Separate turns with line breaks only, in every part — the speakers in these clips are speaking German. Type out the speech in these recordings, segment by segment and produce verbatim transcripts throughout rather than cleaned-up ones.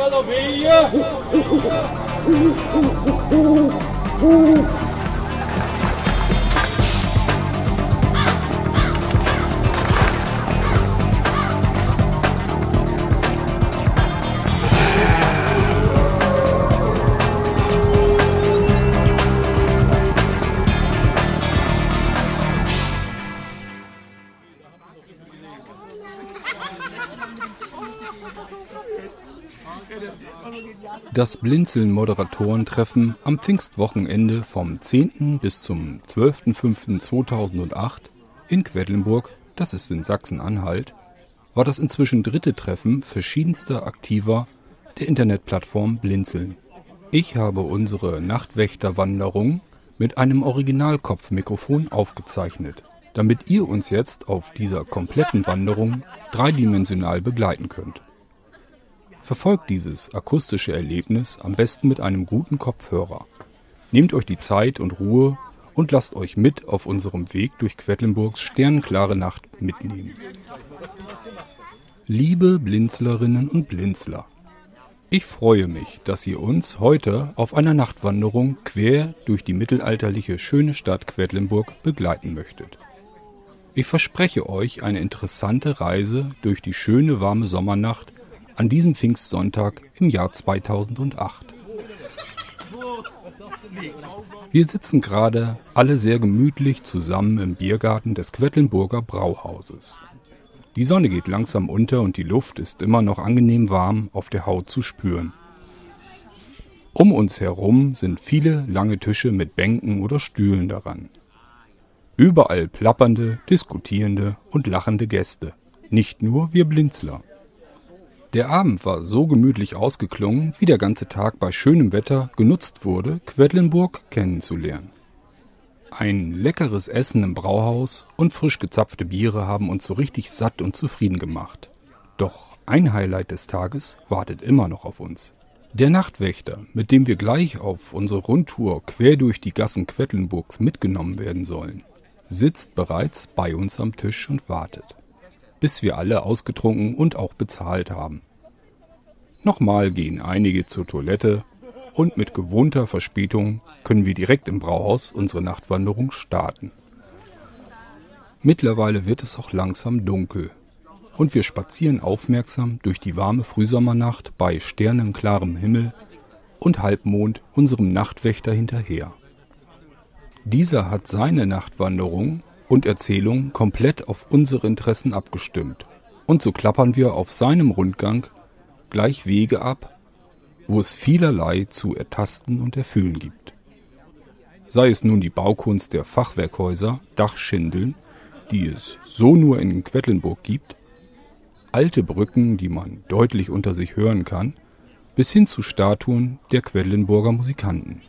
Oder Wehe!
Das Blinzeln-Moderatoren-Treffen am Pfingstwochenende vom zehnten bis zum zwölften fünften zweitausendacht in Quedlinburg, das ist in Sachsen-Anhalt, war das inzwischen dritte Treffen verschiedenster Aktiver der Internetplattform Blinzeln. Ich habe unsere Nachtwächterwanderung mit einem Originalkopfmikrofon aufgezeichnet, damit ihr uns jetzt auf dieser kompletten Wanderung dreidimensional begleiten könnt. Verfolgt dieses akustische Erlebnis am besten mit einem guten Kopfhörer. Nehmt euch die Zeit und Ruhe und lasst euch mit auf unserem Weg durch Quedlinburgs sternenklare Nacht mitnehmen. Liebe Blinzlerinnen und Blinzler, ich freue mich, dass ihr uns heute auf einer Nachtwanderung quer durch die mittelalterliche schöne Stadt Quedlinburg begleiten möchtet. Ich verspreche euch eine interessante Reise durch die schöne warme Sommernacht an diesem Pfingstsonntag im Jahr zweitausendacht. Wir sitzen gerade alle sehr gemütlich zusammen im Biergarten des Quedlinburger Brauhauses. Die Sonne geht langsam unter und die Luft ist immer noch angenehm warm auf der Haut zu spüren. Um uns herum sind viele lange Tische mit Bänken oder Stühlen daran. Überall plappernde, diskutierende und lachende Gäste, nicht nur wir Blinzler. Der Abend war so gemütlich ausgeklungen, wie der ganze Tag bei schönem Wetter genutzt wurde, Quedlinburg kennenzulernen. Ein leckeres Essen im Brauhaus und frisch gezapfte Biere haben uns so richtig satt und zufrieden gemacht. Doch ein Highlight des Tages wartet immer noch auf uns. Der Nachtwächter, mit dem wir gleich auf unsere Rundtour quer durch die Gassen Quedlinburgs mitgenommen werden sollen, sitzt bereits bei uns am Tisch und wartet, bis wir alle ausgetrunken und auch bezahlt haben. Nochmal gehen einige zur Toilette und mit gewohnter Verspätung können wir direkt im Brauhaus unsere Nachtwanderung starten. Mittlerweile wird es auch langsam dunkel und wir spazieren aufmerksam durch die warme Frühsommernacht bei sternenklarem Himmel und Halbmond unserem Nachtwächter hinterher. Dieser hat seine Nachtwanderung und Erzählung komplett auf unsere Interessen abgestimmt. Und so klappern wir auf seinem Rundgang gleich Wege ab, wo es vielerlei zu ertasten und erfühlen gibt. Sei es nun die Baukunst der Fachwerkhäuser, Dachschindeln, die es so nur in Quedlinburg gibt, alte Brücken, die man deutlich unter sich hören kann, bis hin zu Statuen der Quedlinburger Musikanten.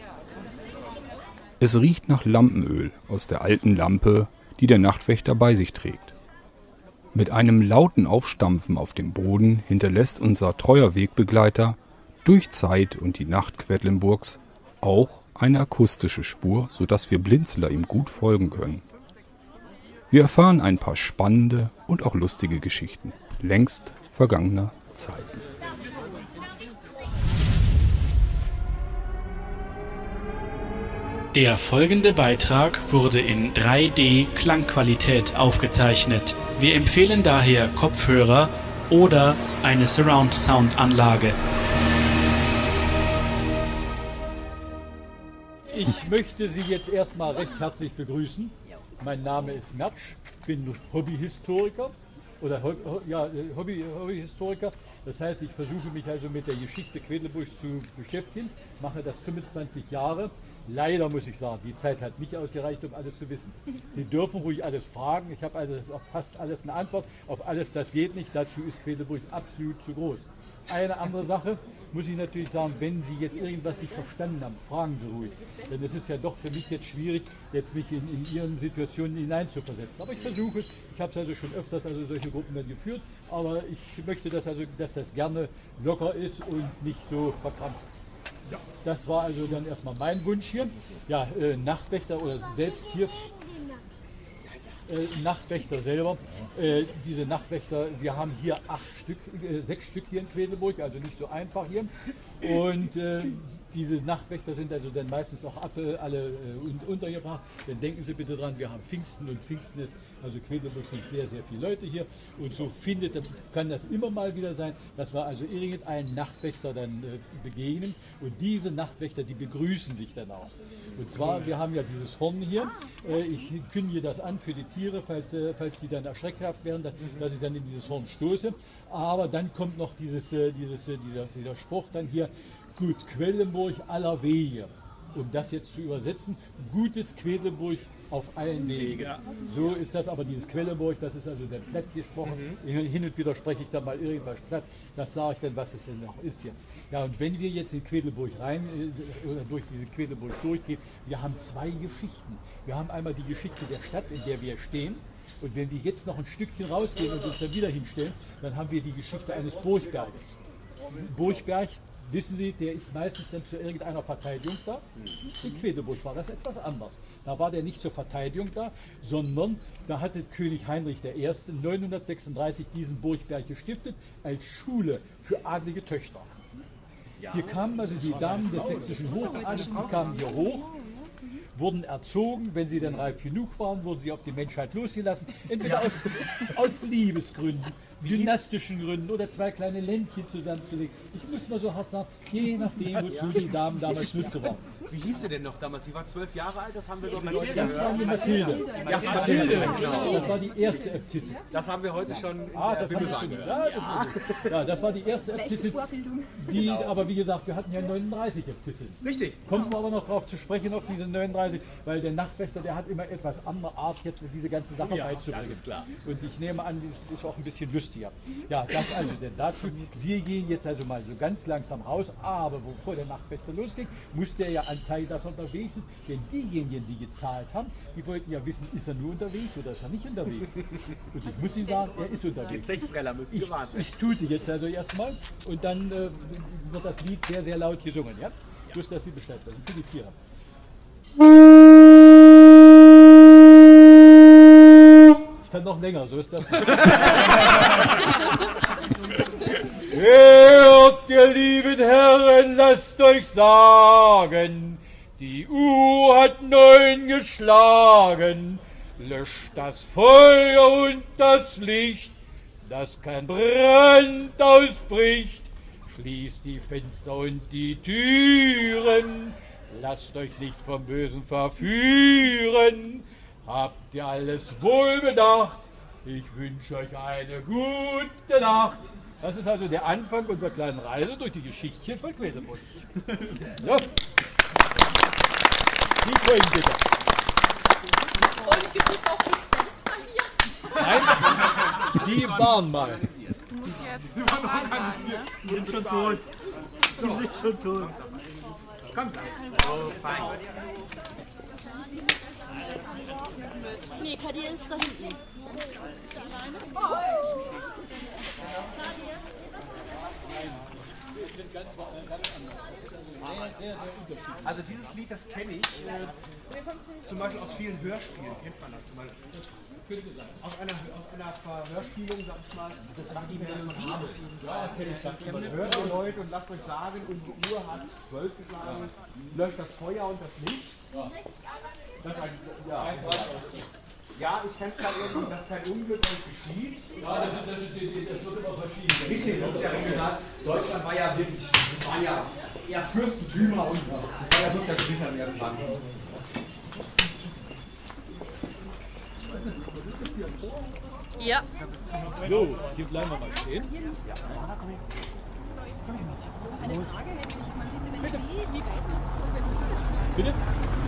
Es riecht nach Lampenöl aus der alten Lampe, die der Nachtwächter bei sich trägt. Mit einem lauten Aufstampfen auf dem Boden hinterlässt unser treuer Wegbegleiter durch Zeit und die Nacht Quedlinburgs auch eine akustische Spur, sodass wir Blinzler ihm gut folgen können. Wir erfahren ein paar spannende und auch lustige Geschichten längst vergangener Zeiten.
Der folgende Beitrag wurde in drei D Klangqualität aufgezeichnet. Wir empfehlen daher Kopfhörer oder eine Surround-Sound-Anlage.
Ich möchte Sie jetzt erstmal recht herzlich begrüßen. Mein Name ist Mertsch, bin Hobbyhistoriker oder ja, Hobby, Hobbyhistoriker. Das heißt, ich versuche mich also mit der Geschichte Quedlinburgs zu beschäftigen, mache das fünfundzwanzig Jahre. Leider muss ich sagen, die Zeit hat nicht ausgereicht, um alles zu wissen. Sie dürfen ruhig alles fragen. Ich habe also auf fast alles eine Antwort. Auf alles, das geht nicht. Dazu ist Quedlinburg absolut zu groß. Eine andere Sache muss ich natürlich sagen, wenn Sie jetzt irgendwas nicht verstanden haben, fragen Sie ruhig. Denn es ist ja doch für mich jetzt schwierig, jetzt mich in, in Ihren Situationen hineinzuversetzen. Aber ich versuche es. Ich habe es also schon öfters also solche Gruppen dann geführt. Aber ich möchte, dass, also, dass das gerne locker ist und nicht so verkrampft. Ja, das war also dann erstmal mein Wunsch hier. Ja, äh, Nachtwächter oder selbst hier. äh, Nachtwächter selber. Äh, diese Nachtwächter, wir haben hier acht Stück, äh, sechs Stück hier in Quedlinburg, also nicht so einfach hier. Und äh, diese Nachtwächter sind also dann meistens auch ab, äh, alle äh, untergebracht. Dann denken Sie bitte dran, wir haben Pfingsten und Pfingsten ist, also Quedlinburg sind sehr, sehr viele Leute hier. Und so findet, kann das immer mal wieder sein, dass wir also irgendeinen Nachtwächter dann äh, begegnen. Und diese Nachtwächter, die begrüßen sich dann auch. Und zwar, wir haben ja dieses Horn hier. Äh, ich kündige das an für die Tiere, falls, äh, falls die dann erschreckhaft werden, dass, dass ich dann in dieses Horn stoße. Aber dann kommt noch dieses, äh, dieses, äh, dieser, dieser Spruch dann hier, gut Quedlinburg aller Wege. Um das jetzt zu übersetzen, gutes Quedlinburg auf allen Wegen. So ist das aber dieses Quedlinburg, das ist also der platt gesprochen. Mhm. Hin und wieder spreche ich da mal irgendwas platt, das sage ich dann, was es denn noch ist hier. Ja, und wenn wir jetzt in Quedlinburg rein, äh, oder durch diese Quedlinburg durchgehen, wir haben zwei Geschichten. Wir haben einmal die Geschichte der Stadt, in der wir stehen. Und wenn wir jetzt noch ein Stückchen rausgehen und uns dann wieder hinstellen, dann haben wir die Geschichte eines Burgberges. Burgberg, wissen Sie, der ist meistens dann zu irgendeiner Verteidigung da. In Quedlinburg war das etwas anders. Da war der nicht zur Verteidigung da, sondern da hatte König Heinrich der Erste neunhundertsechsunddreißig diesen Burgberg gestiftet als Schule für adlige Töchter. Hier kamen also die Damen des sächsischen Hochadels, die kamen hier hoch, wurden erzogen, wenn sie dann reif genug waren, wurden sie auf die Menschheit losgelassen, entweder aus, aus Liebesgründen, dynastischen Gründen oder zwei kleine Ländchen zusammenzulegen. Ich muss mal so hart sagen, je nachdem, wozu die Damen damals Nütze waren.
Wie hieß sie denn noch damals? Sie war zwölf Jahre alt, das haben wir doch mal
gehört. Das war die Mathilde.
Ja, Mathilde,
genau. Das war die erste Äbtissin.
Das haben wir heute schon in
ah,
der
das
Bibelbahn
gehört. Ja, ja. ja, das war die erste Äbtissin. Die, aber wie gesagt, wir hatten ja neununddreißig Äbtissinnen.
Richtig.
Kommen wir aber noch darauf zu sprechen, auf diese neununddreißig, weil der Nachtwächter, der hat immer etwas andere Art, jetzt diese ganze Sache ja, beizubringen. Das ist klar. Und ich nehme an, das ist auch ein bisschen lustiger. Ja, das also denn dazu. Wir gehen jetzt also mal so ganz langsam raus, aber bevor der Nachtwächter losging, musste er ja anzeigen, dass er unterwegs ist. Denn diejenigen, die gezahlt haben, die wollten ja wissen, ist er nur unterwegs oder ist er nicht unterwegs. Und ich muss Ihnen sagen, er ist unterwegs.
Die Zechbreller müssen gewarnt werden.
Ich, ich tue die jetzt also erstmal und dann äh, wird das Lied sehr, sehr laut gesungen. Ja? Just, dass Sie Bescheid wissen. Für die Tiere. Ich kann noch länger, so ist das. Hört, ihr lieben Herren, lasst euch sagen, die Uhr hat neun geschlagen, löscht das Feuer und das Licht, dass kein Brand ausbricht, schließt die Fenster und die Türen, lasst euch nicht vom Bösen verführen, habt ihr alles wohl bedacht, ich wünsche euch eine gute Nacht. Das ist also der Anfang unserer kleinen Reise durch die Geschichte von Quedlinburg. So. Die folgen bitte.
Und gibt es auch Gespenster hier?
Nein, die waren mal.
Die sind schon tot. Die sind schon tot. Komm, oh, fein.
Nee, Kadir ist da hinten.
Also dieses Lied, das kenne ich, äh, zum Beispiel aus vielen Hörspielen, kennt man das zum Beispiel. Aus einer, aus einer Hörspielung, sag ich mal, das ist die Melodie. Ja, kenne ich das. Man hört ihr Leute und lasst euch sagen, unsere Uhr hat zwölf geschlagen, löscht das Feuer und das Licht. Das ein, ja, ja, ich kenne es halt irgendwie, dass kein Unglück euch geschieht.
Ja, das, ist, das, ist, das wird immer verschieden.
Richtig, das ist ja regional. Deutschland war ja wirklich, das war ja eher Fürstentümer und das war ja wirklich das Wissen irgendwann.
Ja.
So, hier bleiben wir mal stehen.
Eine Frage hätte ich, man diese Melodie, wie weiß man das so,
Bitte?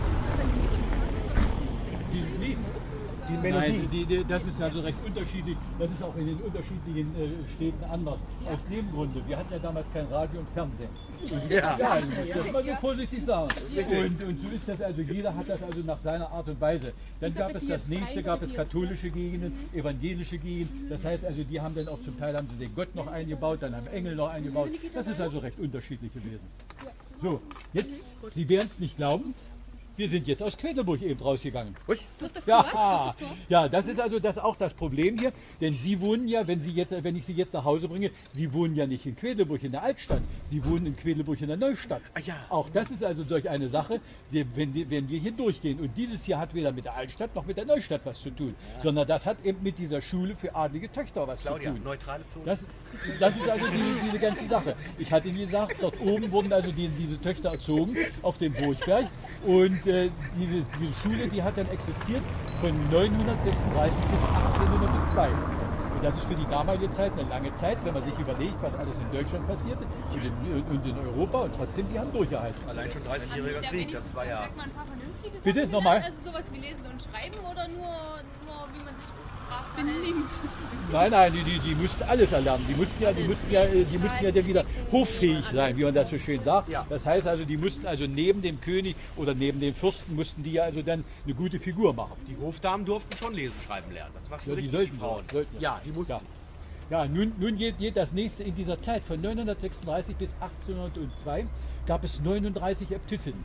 wenn
Dieses Lied.
Die Melodie.
Nein, die, die, das ist also recht unterschiedlich. Das ist auch in den unterschiedlichen äh, Städten anders. Aus dem Grunde, wir hatten ja damals kein Radio und Fernsehen. Und,
Ja.
ja, ich muss das mal so vorsichtig sagen. Und, und so ist das also, jeder hat das also nach seiner Art und Weise. Dann gab es das nächste, gab es katholische Gegenden, evangelische Gegenden. Das heißt also, die haben dann auch zum Teil haben sie den Gott noch eingebaut, dann haben Engel noch eingebaut. Das ist also recht unterschiedlich gewesen. So, jetzt, Sie werden es nicht glauben, Wir sind jetzt aus Quedlinburg eben rausgegangen.
Durch das Tor?
Ja,
Durch das Tor?
ja, das ist also das auch das Problem hier, denn Sie wohnen ja, wenn Sie jetzt, wenn ich Sie jetzt nach Hause bringe, Sie wohnen ja nicht in Quedlinburg in der Altstadt, Sie wohnen in Quedlinburg in der Neustadt.
Ah, ja.
Auch das ist also solch eine Sache, die, wenn, die, wenn wir hier durchgehen. Und dieses hier hat weder mit der Altstadt noch mit der Neustadt was zu tun, ja. sondern das hat eben mit dieser Schule für adlige Töchter was
Claudia,
zu tun.
neutrale Zone.
Das, das ist also die, diese ganze Sache. Ich hatte Ihnen gesagt, dort oben wurden also die, diese Töchter erzogen auf dem Burgberg. Und äh, diese, diese Schule, die hat dann existiert von neunhundertsechsunddreißig bis achtzehnhundertzwei. Und das ist für die damalige Zeit eine lange Zeit, wenn man sich überlegt, was alles in Deutschland passierte und in, und in Europa. Und trotzdem, die haben durchgehalten.
Allein schon dreißigjähriger Krieg, das war ja...
Sag mal ein paar vernünftige Sachen
Bitte,
gelernt?
nochmal.
Also sowas wie Lesen und Schreiben oder nur, nur wie man sich brav benimmt?
Nein, nein, die, die, die mussten alles erlernen. Die mussten ja, die mussten ja, die mussten ja dann wieder hoffähig sein, wie man das so schön sagt.
Ja.
Das heißt also, die mussten also neben dem König oder neben dem Fürsten mussten die ja also dann eine gute Figur machen.
Die Hofdamen durften schon lesen, schreiben lernen. Das war schon
Ja, die
richtig,
sollten
die Frauen.
so, sollten so.
Ja, die mussten.
Ja. Ja, nun, nun geht, geht das nächste in dieser Zeit. Von neunhundertsechsunddreißig bis achtzehnhundertzwei gab es neununddreißig Äbtissinnen.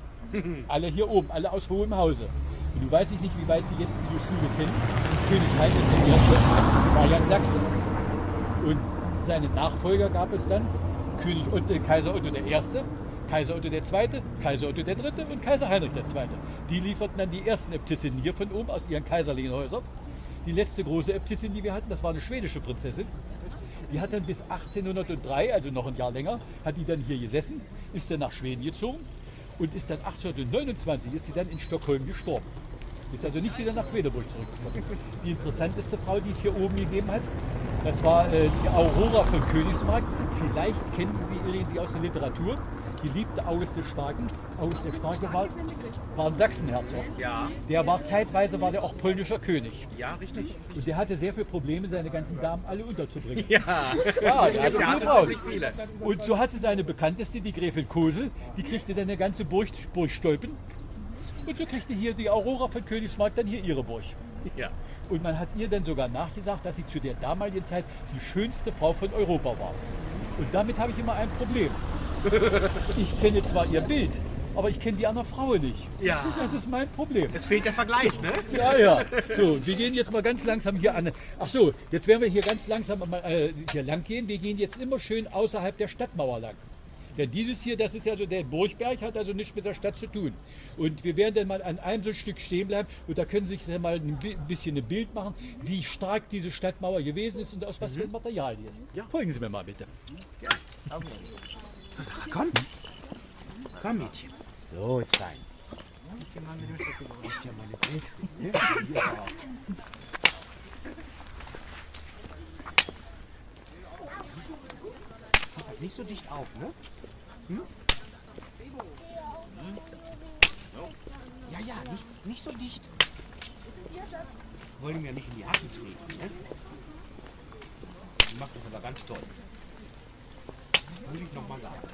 Alle hier oben, alle aus hohem Hause. Und du weißt nicht, wie weit Sie jetzt diese Schule kennen. König Heinrich der Erste war ja in Sachsen. Und seine Nachfolger gab es dann König, äh, Kaiser Otto der Erste, Kaiser Otto der Zweite, Kaiser Otto der Dritte und Kaiser Heinrich der Zweite. Die lieferten dann die ersten Äbtissinnen hier von oben aus ihren kaiserlichen Häusern. Die letzte große Äbtissin, die wir hatten, das war eine schwedische Prinzessin. Die hat dann bis achtzehnhundertdrei, also noch ein Jahr länger, hat die dann hier gesessen, ist dann nach Schweden gezogen und ist dann achtzehnhundertneunundzwanzig ist sie dann in Stockholm gestorben. Ist also nicht wieder nach Quedlinburg zurückgekommen. Die interessanteste Frau, die es hier oben gegeben hat, das war äh, die Aurora von Königsmarck. Vielleicht kennen Sie sie irgendwie aus der Literatur. Die liebte August des Starken. August der Starke war, war ein Sachsenherzog.
Ja,
Der war zeitweise war der auch polnischer König.
ja, richtig.
Und der hatte sehr viele Probleme, seine ganzen Damen alle unterzubringen.
Ja,
Ja, der hatte
der
viele
hatte
Frauen.
ziemlich viele.
Und so hatte seine bekannteste, die Gräfin Kosel, die kriegte dann eine ganze Burg, Burg Stolpen. Und so kriegte hier die Aurora von Königsmarck dann hier ihre Burg.
Ja.
Und man hat ihr dann sogar nachgesagt, dass sie zu der damaligen Zeit die schönste Frau von Europa war. Und damit habe ich immer ein Problem. Ich kenne zwar ihr Bild, aber ich kenne die andere Frau nicht.
Ja.
Das ist mein Problem.
Es fehlt der Vergleich, ne?
Ja, ja. So, wir gehen jetzt mal ganz langsam hier an. Ach so, jetzt werden wir hier ganz langsam mal äh, hier lang gehen. Wir gehen jetzt immer schön außerhalb der Stadtmauer lang. Denn dieses hier, das ist ja so, der Burgberg hat also nichts mit der Stadt zu tun. Und wir werden dann mal an einem so ein Stück stehen bleiben und da können Sie sich dann mal ein bi- bisschen ein Bild machen, wie stark diese Stadtmauer gewesen ist und aus was für ein Material die ist.
Ja.
Folgen Sie mir mal bitte.
Komm. Komm, Mädchen. So ist fein. Nicht so dicht auf, ne? Hm? Ja, ja, nicht, nicht so dicht. Wollen ihm ja nicht in die Hacken treten, ne? Die macht das aber ganz toll. Muss ich nochmal sagen.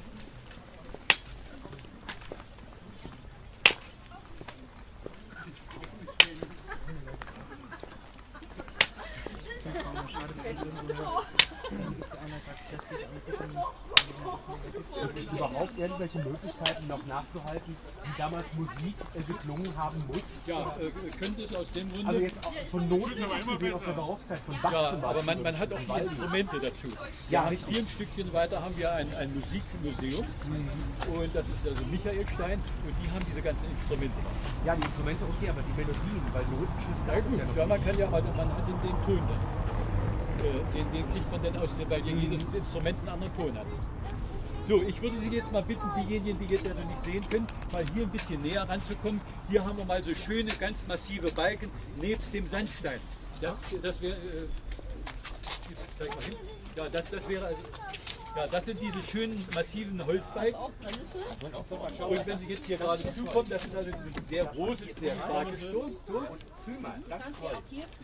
Gibt es überhaupt irgendwelche Möglichkeiten noch nachzuhalten, wie damals Musik äh, geklungen haben muss?
Ja, äh, könnte es aus dem Grunde.
Also jetzt auch von Noten abgesehen aus der Barockzeit, von Bach
Ja,
zum Beispiel.
aber man, man hat auch die Instrumente dazu.
Ja,
Ja,
richtig.
hier ein Stückchen weiter haben wir ein, ein Musikmuseum und das ist also Michaelstein und die haben diese ganzen Instrumente.
Ja, die Instrumente okay, aber die Melodien, weil Notenschrift
Ja
gab es
gut,
ja noch
ja, man
nicht.
kann ja, also man hat den, den Ton dann. Äh, Den, den kriegt man dann aus, weil ja jedes Instrument einen anderen Ton hat. So, ich würde Sie jetzt mal bitten, diejenigen, die jetzt also nicht sehen können, mal hier ein bisschen näher ranzukommen. Hier haben wir mal so schöne, ganz massive Balken nebst dem Sandstein. Das, das wäre, äh, zeig mal hin. Ja, das, das wäre also, ja, das sind diese schönen massiven Holzbalken. Und wenn Sie jetzt hier gerade zukommen, das ist also ein sehr großes, sehr starkes Sturm.
Fühl mal, das ist Holz.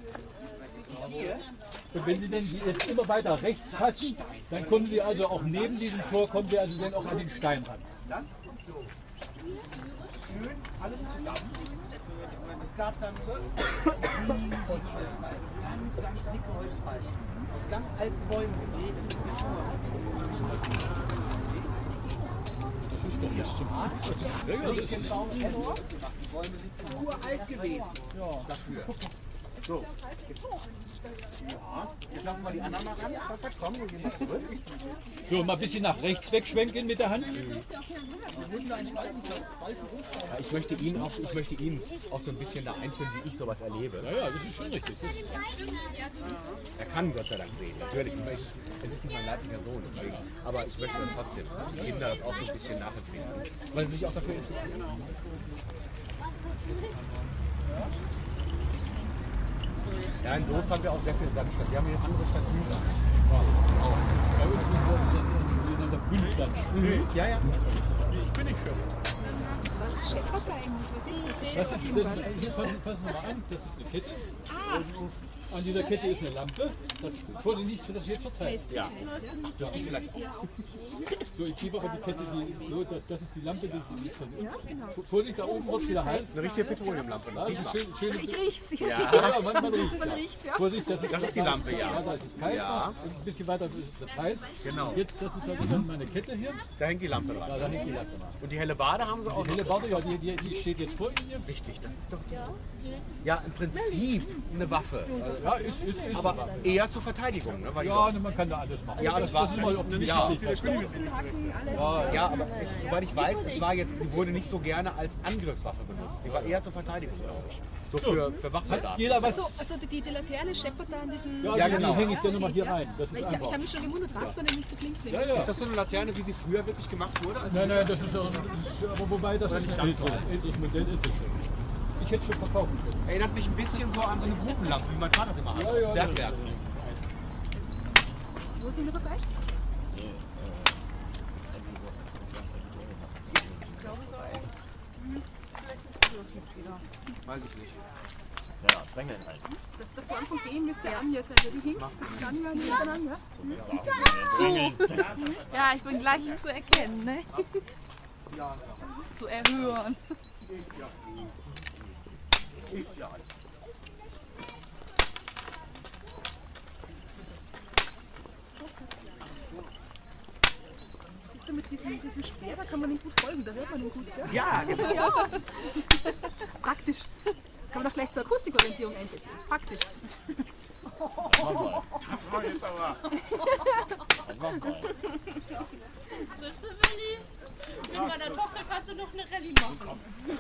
Und wenn Sie dann jetzt immer weiter rechts fassen, dann kommen Sie also auch neben diesem Tor, kommen Sie also dann auch an den Stein ran.
Das und so. Schön alles zusammen. Es gab dann riesige Holzbalken, ganz, ganz dicke Holzbalken. Aus ganz alten Bäumen genäht.
doch bis zum ja, ja, das ist
Die Bäume sind uralt gewesen. Ja. Dafür. So. Ja, jetzt lassen wir die anderen mal ran. Komm, wir gehen mal zurück.
So, mal ein bisschen nach rechts wegschwenken mit der Hand.
Ja, ich möchte ihn auch, ich möchte ihn auch so ein bisschen da einführen, wie ich sowas erlebe.
Ja, ja, das ist schon richtig.
Er kann Gott sei Dank sehen, natürlich. Es ist, es ist nicht mein leiblicher Sohn, deswegen. Aber ich möchte das trotzdem, dass die Kinder das auch so ein bisschen nachempfinden. Weil sie sich auch dafür interessieren. Ja, in Soest haben wir auch sehr viel Sandstadt. Wir haben hier eine andere Stadt Mühlsand. Das ist auch.
Bei uns ist das der Bündsand.
Mhm. Ja, ja.
Ich bin nicht für.
Was scheppert da eigentlich? Was ist das?
Das ist, das ist, hier, passen, passen Sie mal an, das ist eine Kette. Ah. An dieser Kette ist eine Lampe. Das wurde nicht für das jetzt verzeiht.
Ja.
Ja, ich vielleicht auch. So, ich gebe aber die Kette, die, so, das, das ist die Lampe, die ist von unten. Vorsicht, da oben raus wieder heiß.
Eine richtige Petroleumlampe.
Ja, das ist schön, schön.
Ich riech's. Ich
Ja.
Ja, ja, man, man riecht
Man
ja.
riecht's, ja.
Vorsicht, das ist,
Das ist die Lampe, ja.
Ja, da ist es kalt.
Ja.
Und ein bisschen weiter ist das heiß.
Genau.
Jetzt, das ist also dann meine Kette hier.
Da hängt die Lampe
Ja,
dran.
da hängt die Lampe dran.
Und die helle Bade haben sie auch
Die helle
noch.
Bade, ja, die, die, die steht jetzt vor Ihnen hier.
Richtig, das ist doch diese. Ja, im Prinzip eine Waffe.
Ja, ist, ist, ist.
Aber eher zur Verteidigung. Ne? Weil
ja, ne, man kann da alles machen.
Ja,
das,
es war-
das ist mal auf die
ja.
Geschichte.
Ja, ja, aber ich, soweit ich weiß, es war jetzt, sie wurde nicht so gerne als Angriffswaffe benutzt. Sie war eher zur Verteidigung, glaube ich. So für, für
Hat
Wachsoldaten.
jeder was?
So, also die, die Laterne scheppert da an diesen...
Ja,
Ja,
die,
genau.
die hänge ich dann nochmal hier rein. Das ist
Ich, ich
einfach.
habe mich schon gewundert, was da denn nicht so klingt.
Ja, ja.
Ist das so eine Laterne, wie sie früher wirklich gemacht wurde? Also
Nein, nein, das ist ja, das ist, aber wobei das ist ein älteres, älteres Modell ist es schon. Ich hätte schon verkaufen können.
erinnert mich ein bisschen so an so eine Grubenlampe, wie mein Vater es immer hatte.
Ja, ja,
Bergwerk.
Wo sind wir dabei?
Weiß ich nicht.
Das ist der Form von dem müsste der Anja sein, die hinkt. Das ist Anja nebeneinander.
Ja, ich bin gleich zu erkennen, ne? Zu erhören.
Siehst du, mit diesem, diesem Speer, da kann man ihm gut folgen, da hört man ihn gut. Ja,
Ja, genau.
ja. Praktisch. Kann man doch gleich zur Akustikorientierung einsetzen. Das ist praktisch.
Mit meiner Tochter kannst du noch eine Rallye machen.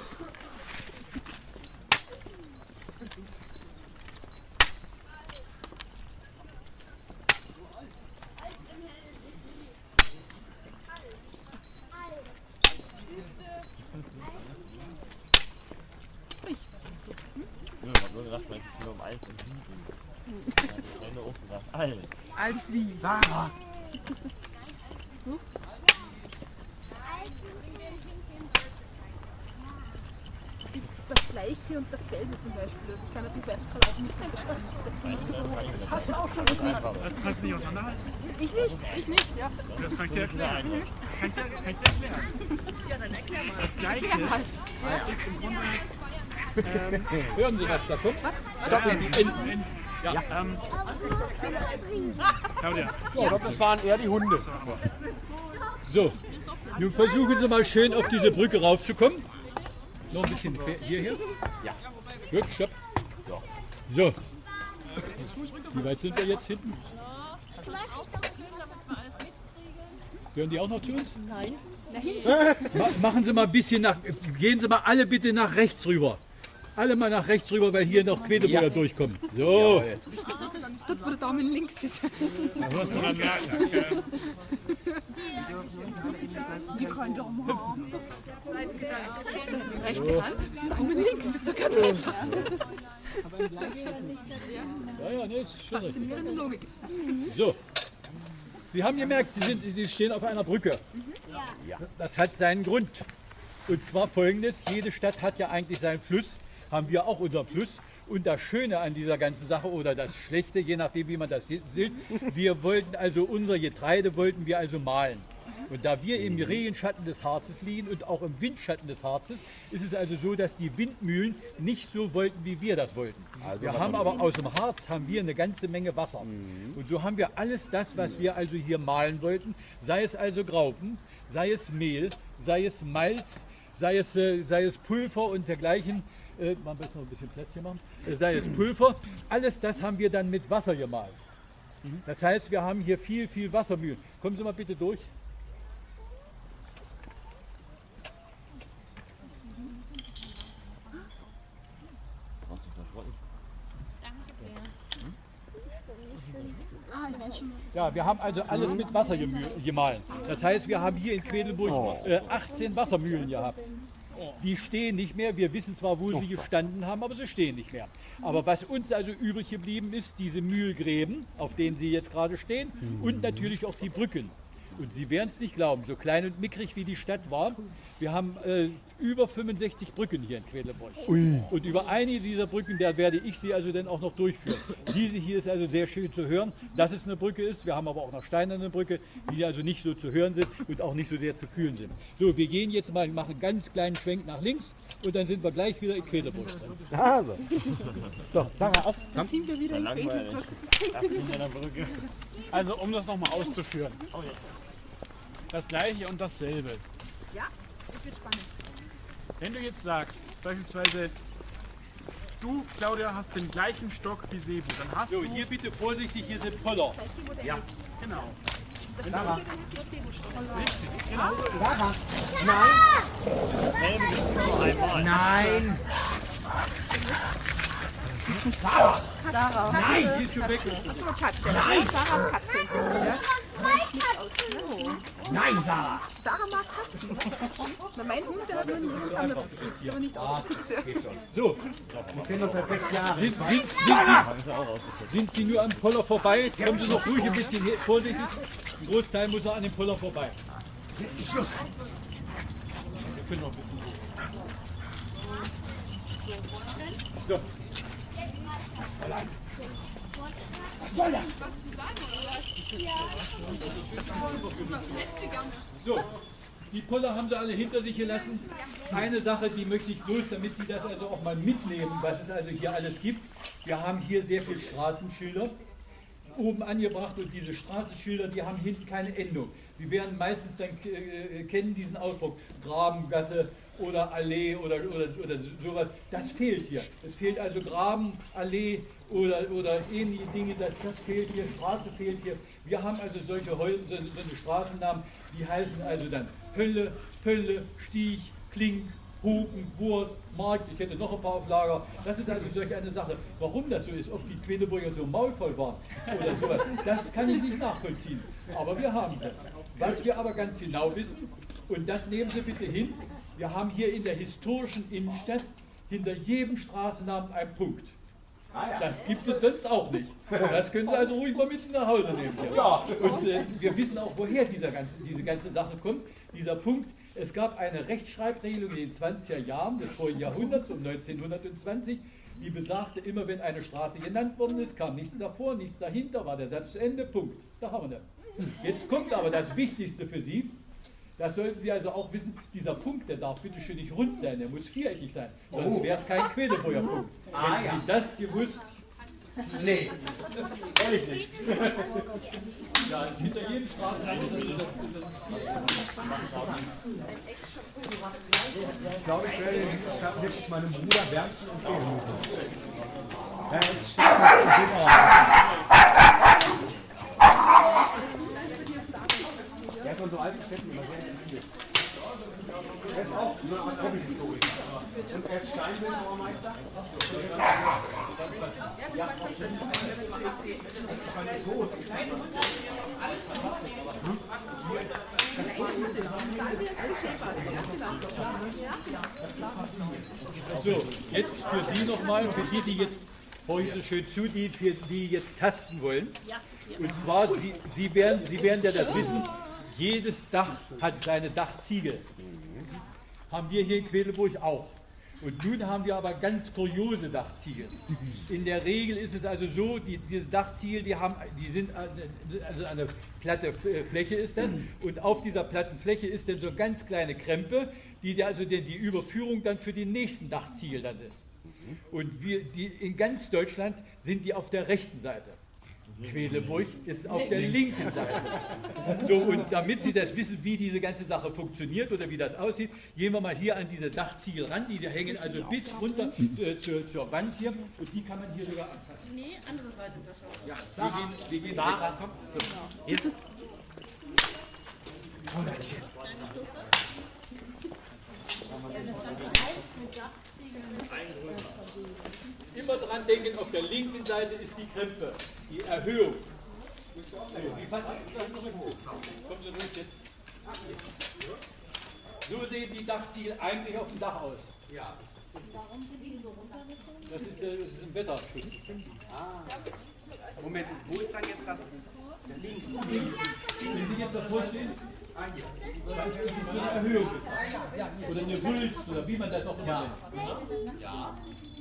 Als wie?
Sarah!
Das ist das Gleiche und dasselbe zum Beispiel. Ich kann jetzt im Zweifelsfall auch nicht unterscheiden. Das hast du auch schon gesagt.
Das kannst du nicht auseinanderhalten.
Ich nicht, ich nicht, ja.
Das kann ich dir erklären. Das kann ich dir, kann ich dir erklären.
Ja, dann erklär mal.
Das Gleiche
Erklär mal.
ist im Grunde
Hören Sie was davon?
ja, in, ja, ähm, Claudia.
Ich glaube, das waren eher die Hunde.
So, nun versuchen Sie mal schön auf diese Brücke raufzukommen. Noch ein bisschen hierher.
Ja.
Gut, stopp. So. Wie weit sind wir jetzt hinten? Hören die auch noch zu uns?
Nein.
Ma machen Sie mal ein bisschen nach, gehen Sie mal alle bitte nach rechts rüber. Alle mal nach rechts rüber, weil hier noch Quetebrüder durchkommen. So.
Dort, wo der Daumen links ist.
Da musst du dann merken. Okay.
Die kann doch mal. Rechte Hand, Daumen links, ist doch ganz einfach.
Ja, ja, ne, ist schon richtig.
Faszinierende Logik.
So. Sie haben gemerkt, Sie, sind, Sie stehen auf einer Brücke. Das hat seinen Grund. Und zwar folgendes, jede Stadt hat ja eigentlich seinen Fluss, haben wir auch unseren Fluss. Und das Schöne an dieser ganzen Sache oder das Schlechte, je nachdem wie man das sieht, wir wollten also unser Getreide wollten wir also mahlen. Und da wir im Regenschatten des Harzes liegen und auch im Windschatten des Harzes, ist es also so, dass die Windmühlen nicht so wollten, wie wir das wollten.
Also
wir haben aber aus dem Harz haben wir eine ganze Menge Wasser. Mhm. Und so haben wir alles das, was wir also hier malen wollten, sei es also Graupen, sei es Mehl, sei es Malz, sei es, äh, sei es Pulver und dergleichen. Äh, man muss noch ein bisschen Platz hier machen. Äh, sei es Pulver, alles das haben wir dann mit Wasser gemalt. Mhm. Das heißt, wir haben hier viel, viel Wassermühlen. Kommen Sie mal bitte durch. Ja, wir haben also alles mit Wasser gemahlen. Das heißt, wir haben hier in Quedlinburg äh, achtzehn Wassermühlen gehabt. Die stehen nicht mehr. Wir wissen zwar, wo sie gestanden haben, aber sie stehen nicht mehr. Aber was uns also übrig geblieben ist, diese Mühlgräben, auf denen sie jetzt gerade stehen, und natürlich auch die Brücken. Und Sie werden es nicht glauben, so klein und mickrig wie die Stadt war, wir haben äh, über fünfundsechzig Brücken hier in Quedlinburg. Und über einige dieser Brücken, da werde ich Sie also dann auch noch durchführen. Diese hier ist also sehr schön zu hören, dass es eine Brücke ist. Wir haben aber auch noch steinerne Brücke, die also nicht so zu hören sind und auch nicht so sehr zu fühlen sind. So, wir gehen jetzt mal, machen einen ganz kleinen Schwenk nach links und dann sind wir gleich wieder in Quedlinburg.
Also, so, sag mal auf.
Da sind wir wieder in Quedlinburg.
Also um das nochmal auszuführen. Das gleiche und dasselbe.
Ja, das wird spannend.
Wenn du jetzt sagst, beispielsweise, du, Claudia, hast den gleichen Stock wie Sebu, dann hast
So,
du...
hier bitte vorsichtig, hier sind Poller.
Ja, genau.
Das ist
Sarah.
Richtig, genau so ist es.
Sarah. Nein. Nein. Sarah.
Sarah.
Nein, die ist schon weg.
Achso, Katze. Nein. Sarah und Katze. Ja.
Nein, Sarah.
Sarah mag Katzen. Na, mein Hund, der hat nur einen Hund, aber nicht aufgekriegt.
So,
Wir kennen uns seit sechs Jahren.
sind, sind, sind, Sie, sind Sie nur am Poller vorbei? Jetzt kommen Sie noch ruhig ein bisschen hier, vorsichtig. Ein Großteil muss noch an dem Poller vorbei.
Schluss.
Wir können noch ein bisschen hoch. So.
Was soll das?
So, die Poller haben sie alle hinter sich gelassen. Eine Sache, die möchte ich bloß, damit Sie das also auch mal mitnehmen, was es also hier alles gibt. Wir haben hier sehr viele Straßenschilder oben angebracht und diese Straßenschilder, die haben hinten keine Endung. Sie werden meistens dann äh, kennen diesen Ausdruck, Grabengasse oder Allee oder, oder, oder sowas. Das fehlt hier. Es fehlt also Graben, Allee oder, oder ähnliche Dinge, das, das fehlt hier, Straße fehlt hier. Wir haben also solche, solche, solche Straßennamen, die heißen also dann Hölle, Pölle, Stiech, Klink, Hupen, Wurt, Markt, ich hätte noch ein paar auf Lager. Das ist also solch eine Sache. Warum das so ist, ob die Quedlinburger so maulvoll waren oder sowas, das kann ich nicht nachvollziehen. Aber wir haben das. Was wir aber ganz genau wissen, und das nehmen Sie bitte hin, wir haben hier in der historischen Innenstadt hinter jedem Straßennamen einen Punkt. Das gibt es sonst auch nicht. Das können Sie also ruhig mal mit nach Hause nehmen. Hier. Ja. Und äh, wir wissen auch, woher dieser ganze, diese ganze Sache kommt. Dieser Punkt, es gab eine Rechtschreibregelung in den zwanziger Jahren des vorigen Jahrhunderts, um neunzehnhundertzwanzig, die besagte, immer wenn eine Straße genannt worden ist, kam nichts davor, nichts dahinter, war der Satz zu Ende, Punkt. Da haben wir das. Jetzt kommt aber das Wichtigste für Sie. Das sollten Sie also auch wissen, dieser Punkt, der darf bitte schön nicht rund sein, der muss viereckig sein. Sonst wäre es kein Quedlinburger Punkt.
Ah,
Wenn
ja.
Sie das gewusst,
Nee. Ehrlich nicht.
ja, ist hinter jedem Straßennamen ist also das.
Ich glaube, ich werde den Stadt wirklich meinem Bruder wärmsten empfehlen müssen. Ja, es steht noch Der hat von so alten Städten immer sehr interessiert. Er ist auch so eine Art Hobbyhistoriker. Und er ist Steinbildbaumeister. Ja, so ist es.
So, jetzt für Sie nochmal, für die, die jetzt heute schön zu, die, die jetzt tasten wollen. Und zwar, Sie, Sie, werden, Sie werden ja das wissen, jedes Dach hat seine Dachziegel. Haben wir hier in Quedlinburg auch. Und nun haben wir aber ganz kuriose Dachziegel. In der Regel ist es also so, die, diese Dachziegel, die, haben, die sind, also eine platte Fläche ist das, und auf dieser platten Fläche ist dann so eine ganz kleine Krempe, die also die, die Überführung dann für die nächsten Dachziegel dann ist. Und wir, die, in ganz Deutschland sind die auf der rechten Seite. Quedlinburg ist auf der linken Seite. So, und damit Sie das wissen, wie diese ganze Sache funktioniert oder wie das aussieht, gehen wir mal hier an diese Dachziegel ran. Die hängen also bis runter äh, zur, zur Wand hier, und die kann man hier sogar anfassen.
Nee, andere Seite.
Ja, wir gehen, wir gehen da ran. Komm. So. Hier. Immer dran denken, auf der linken Seite ist die Krempe, die Erhöhung. So, Sie fassen zurück. Kommen Sie ruhig jetzt. So sehen die Dachziegel eigentlich auf dem Dach aus. Ja. Das ist, äh, das ist ein Wetterschutz.
Ah. Moment, wo ist dann jetzt das? Der linke.
Wenn Sie jetzt davor stehen,
Ah, hier.
dann ist es so eine Erhöhung. Oder eine Wülst, oder wie man das auch immer nennt. Ja.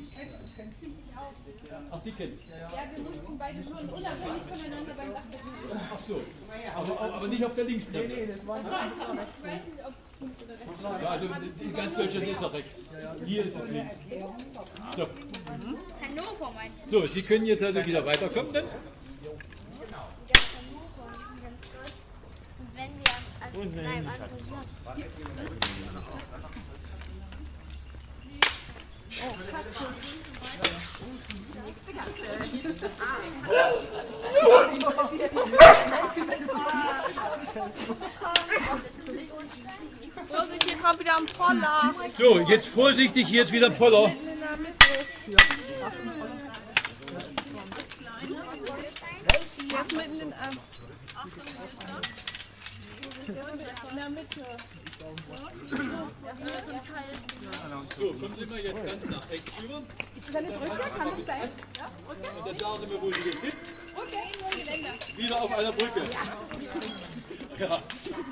Ach, Sie kennen es.
Ja, wir mussten beide schon unabhängig voneinander beim Dach bewegen.
Ach so. Aber, aber nicht auf der Linksseite. Nee, nee, das war
Ich weiß nicht, ich weiß nicht, ob es links oder rechts war.
Ja, also in ganz Deutschland ist er rechts. Hier ist es links. So.
Hannover meinst du?
So, Sie können jetzt also wieder weiterkommen dann.
Ganz Hannover, ganz Deutsch. Und wenn wir an, an einem anderen Platz.
Oh, Katze. Nächste Katze.
Vorsicht, hier kommt wieder ein Poller.
So, jetzt vorsichtig, hier ist wieder ein Poller.
In der Mitte. Der ist mitten in ähm, in der Mitte.
So, kommen Sie mal jetzt ganz nach rechts rüber.
Ist das eine Brücke? Kann das sein? Ja, Brücke?
Und dann sagen Sie mir, wo Sie jetzt sind.
Brücke, irgendwo im Geländer.
Wieder auf einer Brücke. Ja.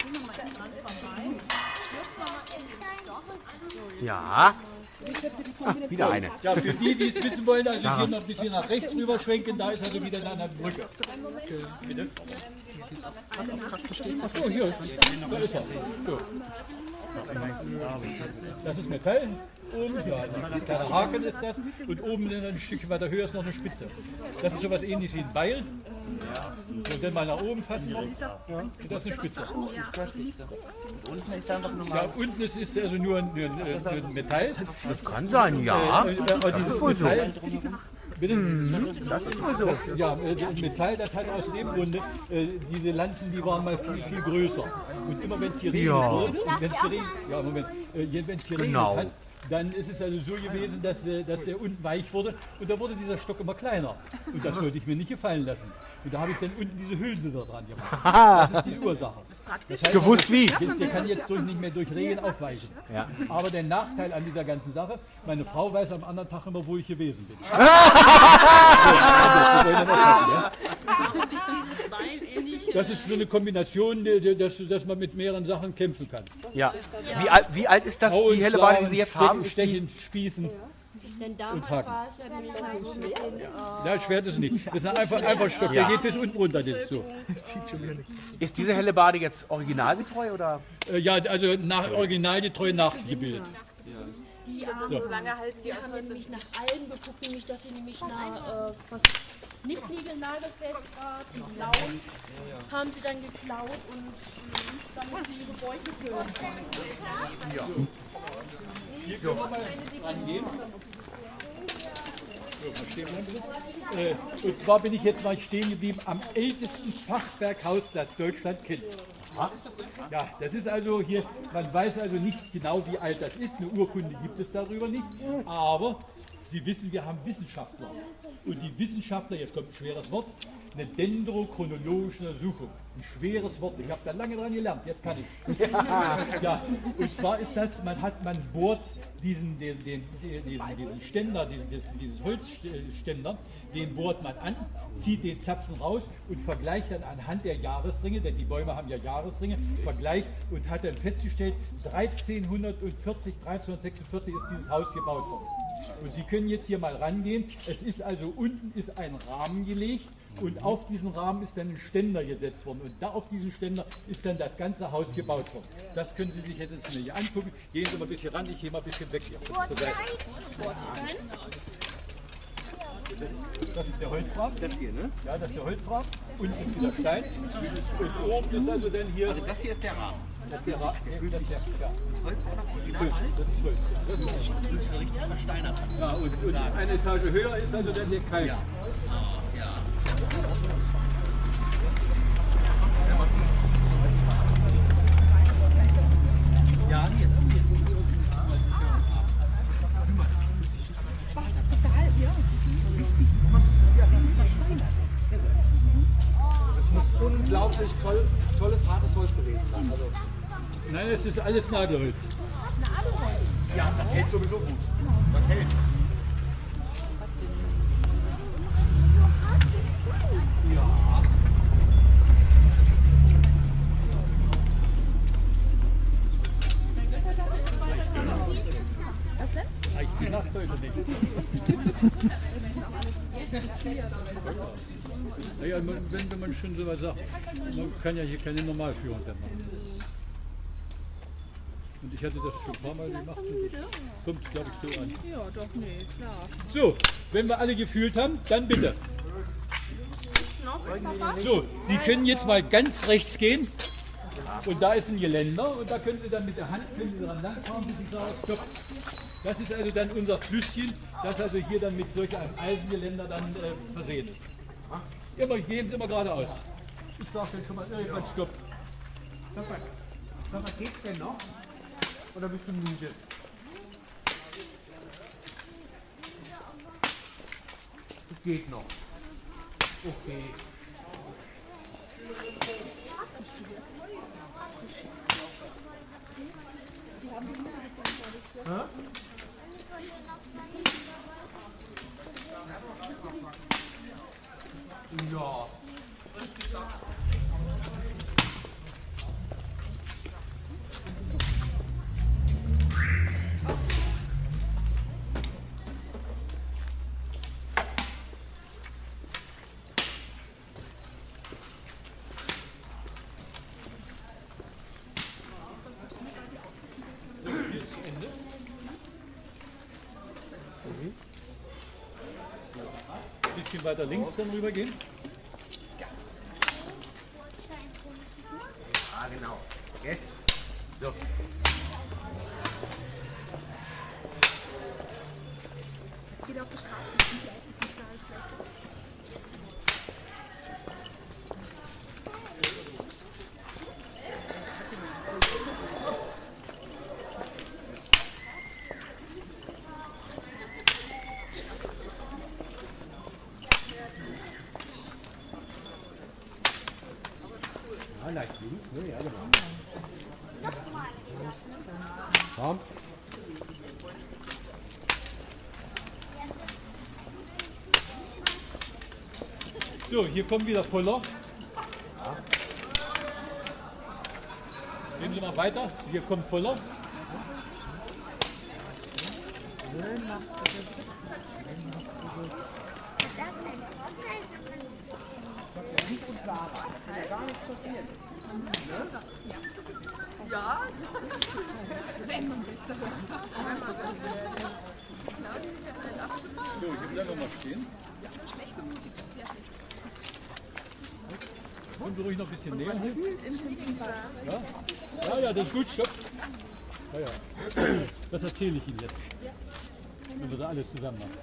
Ja. Ah, wieder eine.
Ja, für die, die es wissen wollen, also hier noch ein bisschen nach rechts rüber schwenken, da ist also wieder eine Brücke. Bitte? Oh, hier, da ist er. So. Das ist Metall. Oben, ja, ein kleiner Haken ist das. Und oben in ein Stückchen weiter höher ist noch eine Spitze. Das ist sowas ähnliches wie ein Beil. So, und dann mal nach oben fassen. Ja. Und das ist eine Spitze.
Unten ist einfach
Ja, unten ist, ist also nur ein, nur ein, nur ein Metall.
Das kann sein, ja.
Äh, äh, äh, dieses Metall, bitte? Das ist wohl so. Das, ja, äh, Metall, das hat aus dem Grunde, äh, diese Lanzen, die waren mal viel, viel größer. Und immer wenn es hier regnet,
Ja.
wird, wenn's hier regnet, ja, Moment, äh, wenn es hier
Genau.
regnet hat, dann ist es also so gewesen, dass, äh, dass der unten weich wurde und da wurde dieser Stock immer kleiner. Und das wollte ich mir nicht gefallen lassen. Und da habe ich dann unten diese Hülse da dran gemacht. Das ist die Ursache. Das heißt,
Gewusst wie.
Der, der kann jetzt durch, nicht mehr durch Regen aufweichen.
Ja.
Aber der Nachteil an dieser ganzen Sache, meine Frau weiß am anderen Tag immer, wo ich gewesen bin. Das ist so eine Kombination, die- die- dass, dass man mit mehreren Sachen kämpfen kann.
Ja. Wie, alt, wie alt ist das,
Hauen,
die Hellebade, die
schlagen,
Sie jetzt
stechen,
haben? Ist die,
Genau.
Stechen, Spießen.
Denn damals
Und Haken.
war es ja nämlich mal so mit den. Äh,
Ja, Schwert ist nicht. Das ist ein einfach, einfach Stock,
Ja.
der geht bis unten runter. Das ist so.
ist diese Hellebade jetzt originalgetreu oder?
Äh, Ja, also nach originalgetreu nachgebildet.
die haben
Ja.
so lange halten die haben nämlich nach Alben geguckt, nämlich dass sie nämlich nach äh, was nicht niegelnagelfest war, die blauen, haben sie dann geklaut und äh, damit sie ihre Beute füllen konnten.
Hier können wir mal rangehen. So, mal stehen bleiben, bitte. Äh, Und zwar bin ich jetzt mal stehen geblieben am ältesten Fachwerkhaus, das Deutschland kennt. Ja, das ist also hier, man weiß also nicht genau, wie alt das ist, eine Urkunde gibt es darüber nicht, aber Sie wissen, wir haben Wissenschaftler. Und die Wissenschaftler, jetzt kommt ein schweres Wort, eine dendrochronologische Untersuchung. Ein schweres Wort. Ich habe da lange dran gelernt, jetzt kann ich. Ja, und zwar ist das, man hat, man bohrt diesen, den, den, diesen, diesen Ständer, dieses, dieses Holzständer, den bohrt man an, zieht den Zapfen raus und vergleicht dann anhand der Jahresringe, denn die Bäume haben ja Jahresringe, vergleicht und hat dann festgestellt, dreizehnhundertvierzig, dreizehnhundertsechsundvierzig ist dieses Haus gebaut worden. Und Sie können jetzt hier mal rangehen, es ist also unten ist ein Rahmen gelegt und auf diesen Rahmen ist dann ein Ständer gesetzt worden und da auf diesen Ständer ist dann das ganze Haus gebaut worden. Das können Sie sich jetzt hier angucken. Gehen Sie mal ein bisschen ran, ich gehe mal ein bisschen weg hier. Das ist der Holzrahmen. Das hier, ne? Ja, das ist der Holzrahmen. Unten ist wieder Stein. Und oben ist also dann hier...
Also das hier ist der Rahmen.
Das ist der Rahmen. Das ist der, ja.
Das Holz war noch original
Holz.
alt.
Das ist Holz. Das ist,
Das ist schon richtig versteinert.
ja, und, und eine Etage höher ist also dann der Kalk.
Ja. Ja. Ja, hier.
Das muss unglaublich toll, tolles, hartes Holz gewesen sein. Also,
Nein, es ist alles Nadelholz.
ja, das hält sowieso gut. Das hält. Ja.
Reicht die Nacht heute nicht. Naja, man- wenn, wenn man schon so was sagt, man kann ja hier keine Normalführung dann machen. Und ich hatte das schon ein paar Mal gemacht und das kommt, glaube ich, so an.
Ja, doch, nee, klar.
So, wenn wir alle gefühlt haben, dann bitte. So, Sie können jetzt mal ganz rechts gehen und da ist ein Geländer und da können Sie dann mit der Hand können Sie dran langfahren, bis ich sage, stopp. Das ist also dann unser Flüsschen, das also hier dann mit solch einem Eisengeländer dann äh, versehen ist. Immer, gehen Sie immer geradeaus. Ich sage dann schon mal irgendwann stopp.
Sag mal, sag mal, geht's denn noch? Oder bist du müde? Es geht noch. Okay. Hä? Ja.
Hier ist Ende. Ein bisschen weiter links dann rüber gehen.
Ah, genau. Okay. So.
Jetzt geht er auf die Straße, das sind die Eis, nicht alles schlecht.
Ja, leicht links, ne? Ja, genau. Komm.
So, hier kommt wieder Poller. Gehen Sie mal weiter. Hier kommt Poller.
Ja, wenn man besser
So, hier bleiben wir mal stehen.
schlechte Musik, sehr schlecht.
Können Sie ruhig noch ein bisschen näher hin? Ja? Ja, ja, das ist gut, stopp. Ja, ja. Das erzähle ich Ihnen jetzt. Wenn wir da alle zusammen machen.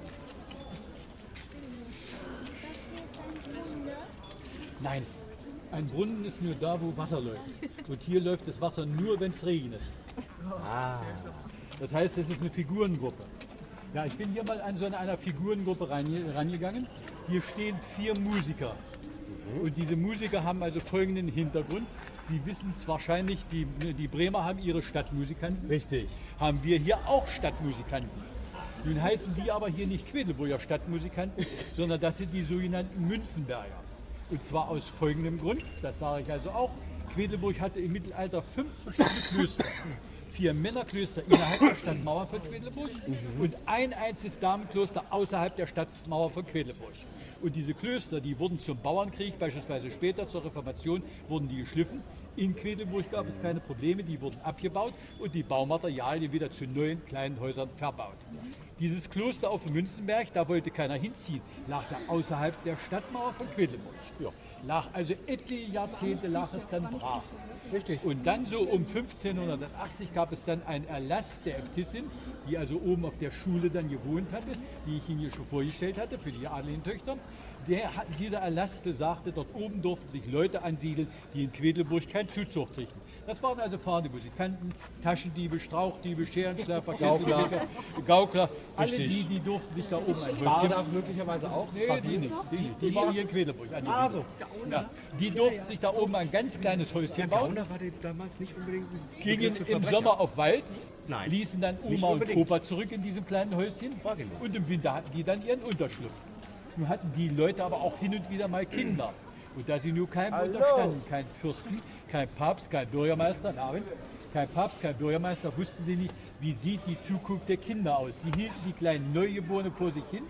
Nein, ein Brunnen ist nur da, wo Wasser läuft. Und hier läuft das Wasser nur, wenn es regnet.
Ah.
Das heißt, es ist eine Figurengruppe. Ja, ich bin hier mal an so einer Figurengruppe rangegangen. Hier stehen vier Musiker. Und diese Musiker haben also folgenden Hintergrund. Sie wissen es wahrscheinlich, die, die Bremer haben ihre Stadtmusikanten.
Richtig.
Haben wir hier auch Stadtmusikanten. Nun heißen die aber hier nicht Quedlinburger Stadtmusikanten, sondern das sind die sogenannten Münzenberger. Und zwar aus folgendem Grund, das sage ich also auch, Quedlinburg hatte im Mittelalter fünf verschiedene Klöster. Vier Männerklöster innerhalb der Stadtmauer von Quedlinburg mhm. und ein einziges Damenkloster außerhalb der Stadtmauer von Quedlinburg. Und diese Klöster, die wurden zum Bauernkrieg, beispielsweise später zur Reformation, wurden die geschliffen. In Quedlinburg gab es keine Probleme, die wurden abgebaut und die Baumaterialien wieder zu neuen kleinen Häusern verbaut. Dieses Kloster auf dem Münzenberg, da wollte keiner hinziehen, lag ja außerhalb der Stadtmauer von Quedlinburg. Ja. Lag also etliche Jahrzehnte lag es dann brach. Richtig. Und dann so um fünfzehnhundertachtzig gab es dann einen Erlass der Äbtissin, die also oben auf der Schule dann gewohnt hatte, die ich Ihnen hier schon vorgestellt hatte, für die adeligen Töchter. Der, dieser Erlass besagte, dort oben durften sich Leute ansiedeln, die in Quedlinburg keinen Zuzug kriegten. Das waren also fahrende Musikanten, Taschendiebe, Strauchdiebe, Scherenschleifer, Gaukler, Gaukler, alle die, die durften sich da oben ein
Häuschen. Darf möglicherweise auch?
Nee, die nicht. Die, die, die hier in Quedlinburg.
Ah, so.
Ja, die durften sich da oben ein ganz kleines Häuschen bauen.
Gauner war damals nicht unbedingt ein
Gingen im Sommer auf Walz,
Nein,
ließen dann Oma und Opa zurück in diesem kleinen Häuschen und im Winter hatten die dann ihren Unterschlupf. Nun hatten die Leute aber auch hin und wieder mal Kinder. Und da sie nur keinem Hallo. unterstanden, kein Fürsten, kein Papst, kein Bürgermeister, nein, kein Papst, kein Bürgermeister, wussten sie nicht, wie sieht die Zukunft der Kinder aus. Sie hielten die kleinen Neugeborenen vor sich hin,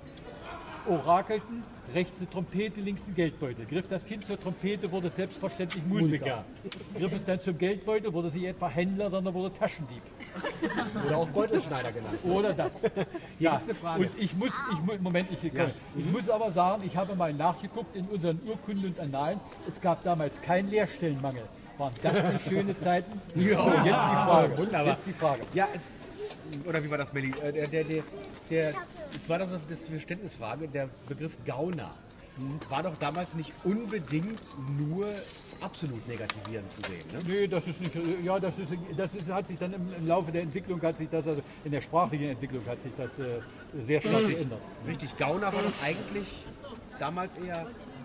orakelten, rechts eine Trompete, links ein Geldbeutel. Griff das Kind zur Trompete, wurde selbstverständlich Musiker. Griff es dann zum Geldbeutel, wurde sich etwa Händler, sondern wurde Taschendieb.
Oder auch Beutelschneider genannt.
Oder das. Ja, eine Frage. Und ich muss, ich, Moment, ich, kann, ich muss aber sagen, ich habe mal nachgeguckt in unseren Urkunden und Annalen, es gab damals keinen Lehrstellenmangel. Waren das die schöne Zeiten? Ja, oh, jetzt die Frage.
Wunderbar.
Jetzt die Frage.
Ja, es, oder wie war das, Melli? Der, der, der, der, es war das, das Verständnisfrage, der Begriff Gauner. War doch damals nicht unbedingt nur absolut negativierend zu sehen. Ne?
Nee, das ist nicht, ja, das ist, das ist, hat sich dann im, im Laufe der Entwicklung, hat sich das, also in der sprachlichen Entwicklung hat sich das äh, sehr stark geändert.
Richtig, Gauner war doch eigentlich damals eher,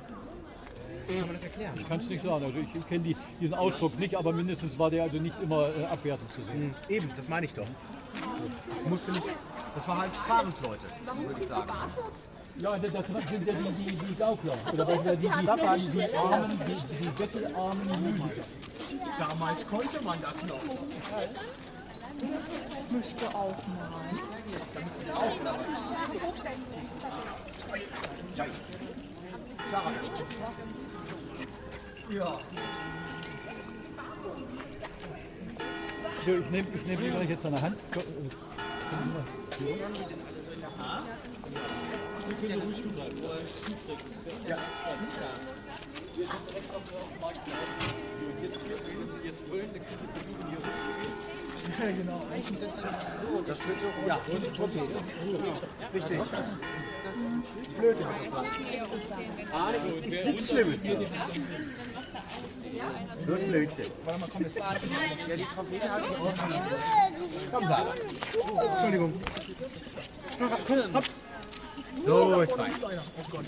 wie kann man das erklären?
Ich kann es nicht sagen, also ich, ich kenne die, diesen Ausdruck nicht, aber mindestens war der also nicht immer äh, abwertend zu sehen.
Mhm. Eben, das meine ich doch. Das musste nicht, das war halt Fahrensleute, würde ich sagen.
Ja, das sind ja die, die, die Gaukler. Oder das sind die, die, die, die, armen, die, die bettelarmen Musiker.
Damals konnte man das noch.
Ich möchte auch mal.
Ja. So, ich nehme ich nehm die gleich jetzt an der Hand. Wir können ruhig zubleiben. Ja. Wir sind direkt auf der Marktseite. Jetzt hier, wenn Sie jetzt wollen, dann können Sie versuchen, hier hochzugehen. Ja, genau. So, das wird so. Ja, und die Trompete. Richtig. Flöte. Ah, ist nichts Schlimmes. Nur Flötchen. Warte mal, komm jetzt. Ja, die Trompete hat die Ordnung. Komm, Sarah. Entschuldigung. Sarah, komm, hopp. So, ist fein. Oh Gott.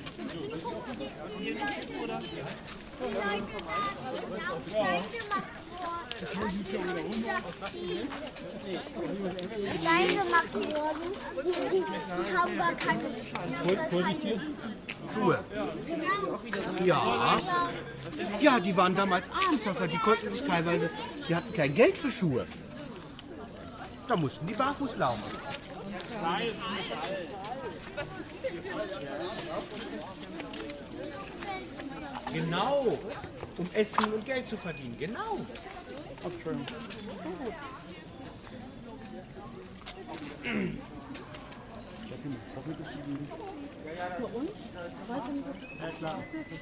Klein gemacht worden. Die, die, die haben gar keine
Schuhe. Ja. Ja, die waren damals Armsaffer. Die konnten sich teilweise, die hatten kein Geld für Schuhe. Da mussten die barfuß laufen. Genau, um Essen und Geld zu verdienen, genau.
Für uns?
Ja, klar.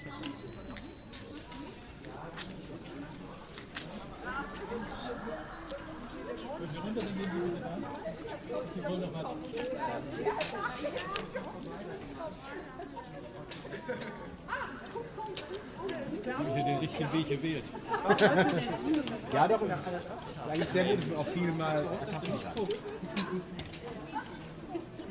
Ich hätte den richtigen Weg gewählt.
Ja, doch, das ist eigentlich sehr gut, auch viel mal Kartoffeln.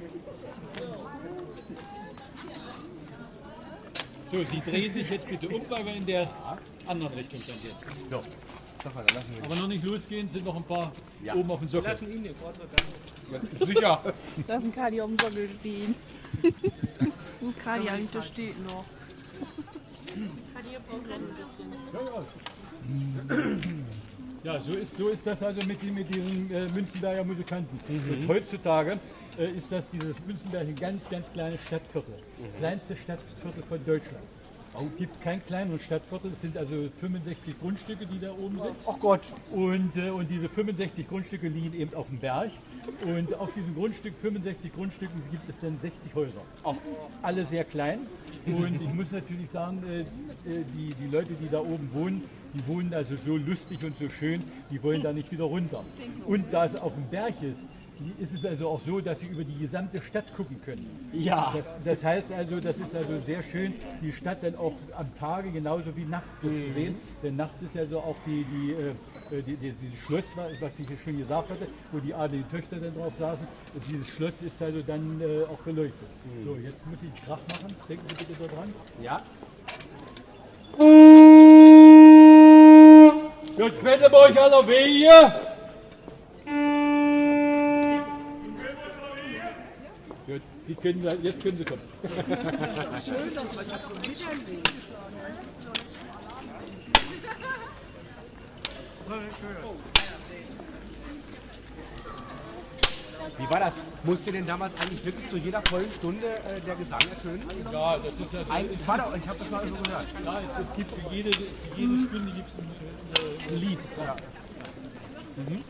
So, Sie drehen sich jetzt bitte um, weil wir in der anderen Richtung dann gehen.
So. Sag mal, dann lassen wir
Aber noch nicht losgehen, sind noch ein paar
Ja.
oben auf dem Sockel.
Lassen ihn den Vortrag dann.
Sicher.
Lassen Kadi auf dem Sockel stehen. Muss Kadi eigentlich da steht noch.
Ja, so ist, so ist das also mit, die- mit diesen äh, Münzenberger Musikanten. Und heutzutage äh, ist das dieses Münzenberg ein ganz, ganz kleines Stadtviertel. Kleinste Stadtviertel von Deutschland. Es gibt kein kleineres Stadtviertel, es sind also fünfundsechzig Grundstücke, die da oben sind.
Ach Gott.
Und, äh, und diese fünfundsechzig Grundstücke liegen eben auf dem Berg. Und auf diesem Grundstück, fünfundsechzig Grundstücken, gibt es dann sechzig Häuser. Auch alle sehr klein. Und ich muss natürlich sagen, äh, äh, die, die Leute, die da oben wohnen, die wohnen also so lustig und so schön, die wollen da nicht wieder runter. Und da es auf dem Berg ist, ist es also auch so, dass sie über die gesamte Stadt gucken können.
Ja.
Das, das heißt also, das ist also sehr schön, die Stadt dann auch am Tage genauso wie nachts so zu sehen. Denn nachts ist ja so auch die, die, äh, die, die, dieses Schloss, was ich ja schon gesagt hatte, wo die adeligen Töchter dann drauf saßen. Und dieses Schloss ist also dann äh, auch beleuchtet. So, jetzt muss ich Krach machen. Denken Sie bitte da dran.
Ja.
Gut, Quedlinburg aller Wege! Gut, Sie können, jetzt können Sie kommen.
Schön, dass wir es so wiedersehen.
Wie war das? Musste denn damals eigentlich wirklich zu jeder vollen Stunde äh, der Gesang ertönen?
Ja, das ist ja so.
Eigentlich war doch, ich habe das mal so gehört.
Ja, es, es gibt für jede, für jede Stunde gibt es ein, äh, ein Lied.
Ja.
Mhm.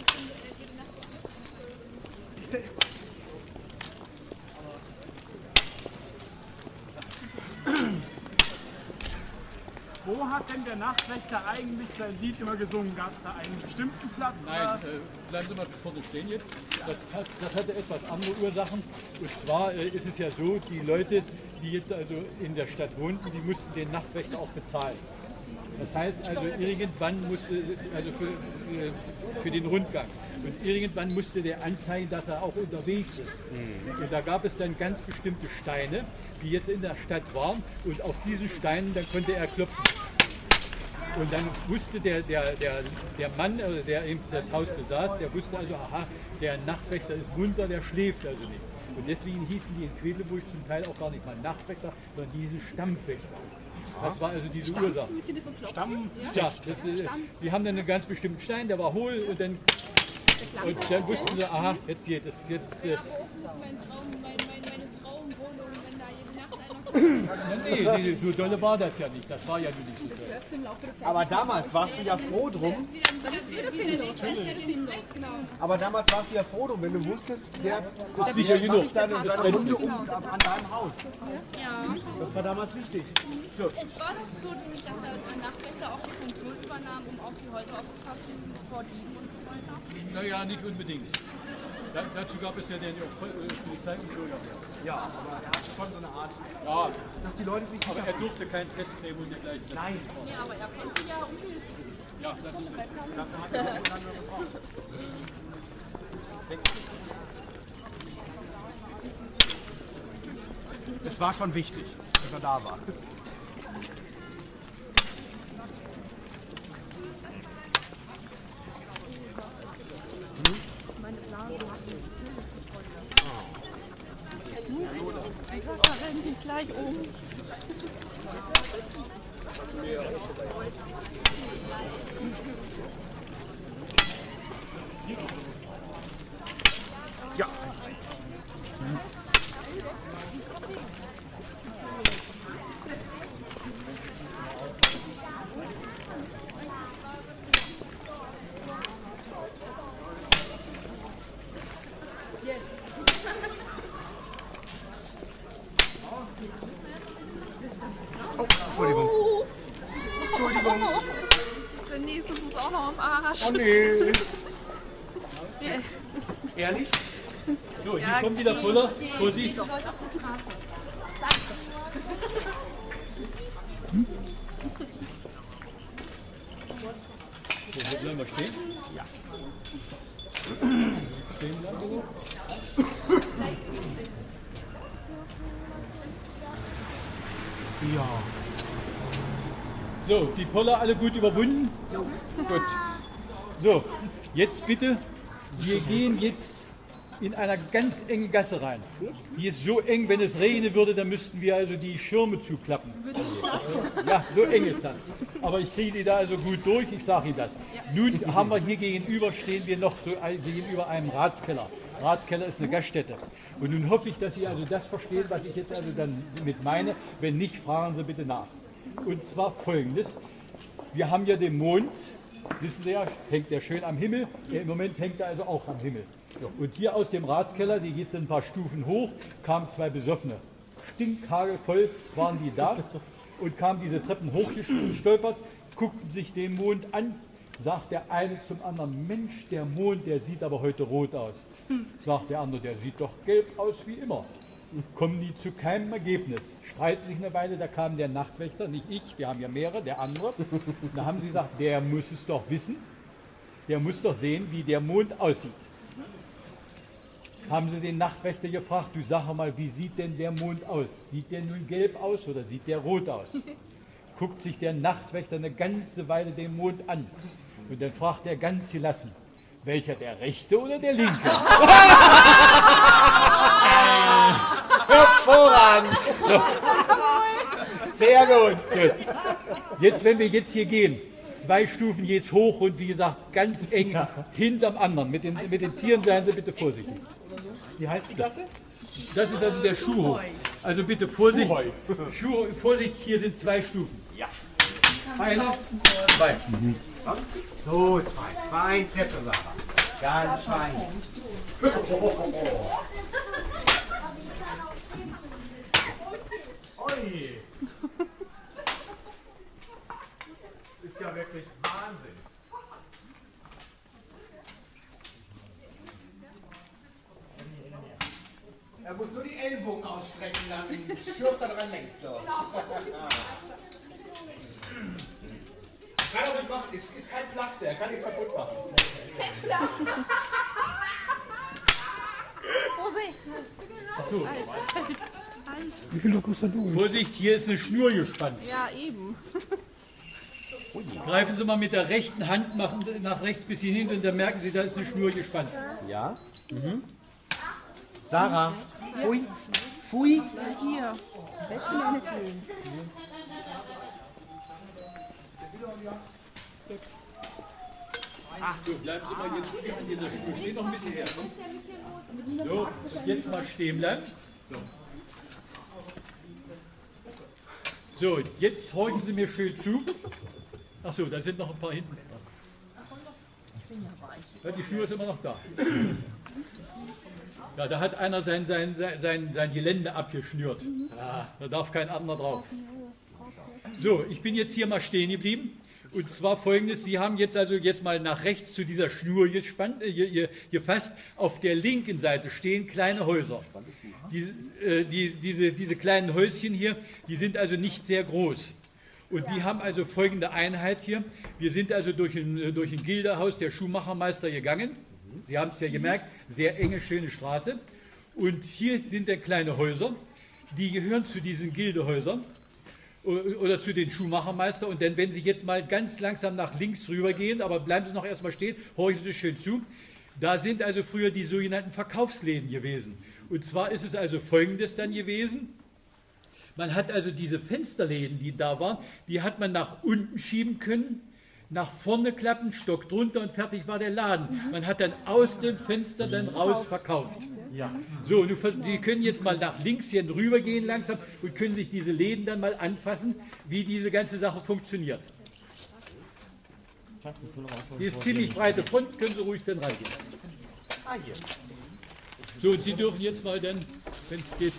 Wo hat denn der Nachtwächter eigentlich sein Lied immer gesungen? Gab es da einen bestimmten Platz?
Nein,
oder?
äh, bleiben Sie mal vorne stehen jetzt. Das, hat, das hatte etwas andere Ursachen. Und zwar äh, ist es ja so, die Leute, die jetzt also in der Stadt wohnten, die mussten den Nachtwächter auch bezahlen. Das heißt also, irgendwann musste, also für, äh, für den Rundgang, und irgendwann musste der anzeigen, dass er auch unterwegs ist. Und da gab es dann ganz bestimmte Steine, die jetzt in der Stadt waren, und auf diesen Steinen, dann konnte er klopfen. Und dann wusste der, der, der, der Mann, also der eben das Haus besaß, der wusste also, aha, der Nachtwächter ist munter, der schläft also nicht. Und deswegen hießen die in Quedlinburg zum Teil auch gar nicht mal Nachtwächter, sondern diese Stammwächter. Das war also diese Ursache.
Stamm.
Ja, das, äh, die haben dann einen ganz bestimmten Stein, der war hohl, und dann, und dann wussten sie, aha, jetzt geht es. Jetzt, äh,
Aber auch nicht mein Traum, mein, mein, meine Traumwohnung, wenn da jede Nacht einer kommt.
nee, nee, so dolle war das ja nicht. Das war ja nur nicht so doll.
Aber damals warst du ja froh drum.
Das ist wieder sinnlos. Das ist wieder sinnlos, genau.
Aber damals warst du ja froh drum, wenn du wusstest, der
Ist sicher genug.
deine,
Das
deine
brennt
Hunde
nicht.
um, an, an deinem Haus.
Ja.
Das war damals wichtig. So.
Es war doch so, dass der Nachtwächter auch die Funktion übernahm, um auch die Häuser aufzupassen, vor Dieben und so weiter.
Naja, nicht unbedingt. Da, dazu gab es ja den äh, Polizei und Schulter.
Ja, aber er hat schon so eine Art,
Ja,
dass die Leute sich
aber er durfte kein festnehmen und dergleichen. Das
Nein.
Nee, aber er konnte ja umgehen.
Ja, das ist es.
Dafür hat er so lange gebraucht. Es war schon wichtig, dass er da war.
Da rennen die gleich um.
Ja. Oh, Entschuldigung. Entschuldigung.
Der nächste Fuß auch noch am Arsch.
Oh nee. Ehrlich?
So, hier kommt wieder Puller. Vorsicht. So, hier bleiben wir stehen.
Ja.
Stehen bleiben.
Ja.
So, die Poller alle gut überwunden? Gut. So, jetzt bitte, wir gehen jetzt in einer ganz engen Gasse rein. Die ist so eng, wenn es regnen würde, dann müssten wir also die Schirme zuklappen. Ja, so eng ist das. Aber ich kriege die da also gut durch, ich sage Ihnen das. Nun haben wir hier gegenüber, stehen wir noch so gegenüber einem Ratskeller. Ratskeller ist eine Gaststätte. Und nun hoffe ich, dass Sie also das verstehen, was ich jetzt also dann mit meine. Wenn nicht, fragen Sie bitte nach. Und zwar Folgendes. Wir haben ja den Mond, wissen Sie ja, hängt der schön am Himmel. Im Moment hängt er also auch am Himmel. Und hier aus dem Ratskeller, die geht ein paar Stufen hoch, kamen zwei Besoffene. Stinkhagelvoll waren die da und kamen diese Treppen hochgestolpert, guckten sich den Mond an, sagt der eine zum anderen, Mensch, der Mond, der sieht aber heute rot aus. Sagt der andere, der sieht doch gelb aus wie immer. Kommen die zu keinem Ergebnis. Streiten sich eine Weile, da kam der Nachtwächter, nicht ich, wir haben ja mehrere, der andere. Da haben sie gesagt, der muss es doch wissen, der muss doch sehen, wie der Mond aussieht. Haben sie den Nachtwächter gefragt, du sag mal, wie sieht denn der Mond aus? Sieht der nun gelb aus oder sieht der rot aus? Guckt sich der Nachtwächter eine ganze Weile den Mond an. Und dann fragt er ganz gelassen, welcher, der rechte oder der linke?
Hervorragend!
So.
Sehr gut.
Gut. Jetzt, wenn wir jetzt hier gehen, zwei Stufen jetzt hoch und wie gesagt ganz eng hinterm anderen. Mit den, mit den Tieren seien Sie bitte vorsichtig.
Wie heißt die Gasse?
Das ist also der Schuhhof. Also bitte Vorsicht. Schuh, Vorsicht, hier sind zwei Stufen.
Ja.
Einer, zwei. Mhm.
So ist fein. Fein Treppe, Sarah. Ganz fein. Oi. Ist ja wirklich Wahnsinn. Er muss nur die Ellbogen ausstrecken, dann schürft er dran längst. Doch. Kann er nicht machen, ist, ist kein Pflaster, er kann nichts kaputt machen.
So.
Wie viel Lokus hast du?
Vorsicht, hier ist eine Schnur gespannt.
Ja, eben.
Greifen Sie mal mit der rechten Hand machen, nach rechts bis hin und dann merken Sie, da ist eine Schnur gespannt.
Ja? Mhm. Sarah, pfui, pfui.
Ja, hier. Besten meine Töne.
Ach so, bleiben Sie mal jetzt hier an dieser Schnur. Steht noch ein bisschen her. So, jetzt mal stehen bleiben. So. So, jetzt horchen Sie mir schön zu. Ach so, da sind noch ein paar hinten. Ja, die Schnur ist immer noch da. Ja, da hat einer sein, sein, sein, sein Gelände abgeschnürt. Ja, da darf kein anderer drauf. So, ich bin jetzt hier mal stehen geblieben. Und zwar Folgendes, Sie haben jetzt also jetzt mal nach rechts zu dieser Schnur gespannt, äh, gefasst. Auf der linken Seite stehen kleine Häuser. Die, äh, die, diese, diese kleinen Häuschen hier, die sind also nicht sehr groß. Und die haben also folgende Einheit hier. Wir sind also durch ein, durch ein Gildehaus der Schuhmachermeister gegangen. Sie haben es ja gemerkt, sehr enge, schöne Straße. Und hier sind dann kleine Häuser, die gehören zu diesen Gildehäusern oder zu den Schuhmachermeister. Und dann, wenn Sie jetzt mal ganz langsam nach links rüber gehen, aber bleiben Sie noch erstmal stehen, horchen Sie schön zu. Da sind also früher die sogenannten Verkaufsläden gewesen. Und zwar ist es also Folgendes dann gewesen. Man hat also diese Fensterläden, die da waren, die hat man nach unten schieben können, nach vorne klappen, Stock drunter und fertig war der Laden. Man hat dann aus dem Fenster dann raus verkauft.
Ja.
So, Sie können jetzt mal nach links hier rüber gehen langsam und können sich diese Läden dann mal anfassen, wie diese ganze Sache funktioniert. Die ist ziemlich breite Front, können Sie ruhig dann reingehen.
Ah, hier.
So, und Sie dürfen jetzt mal dann, wenn es geht.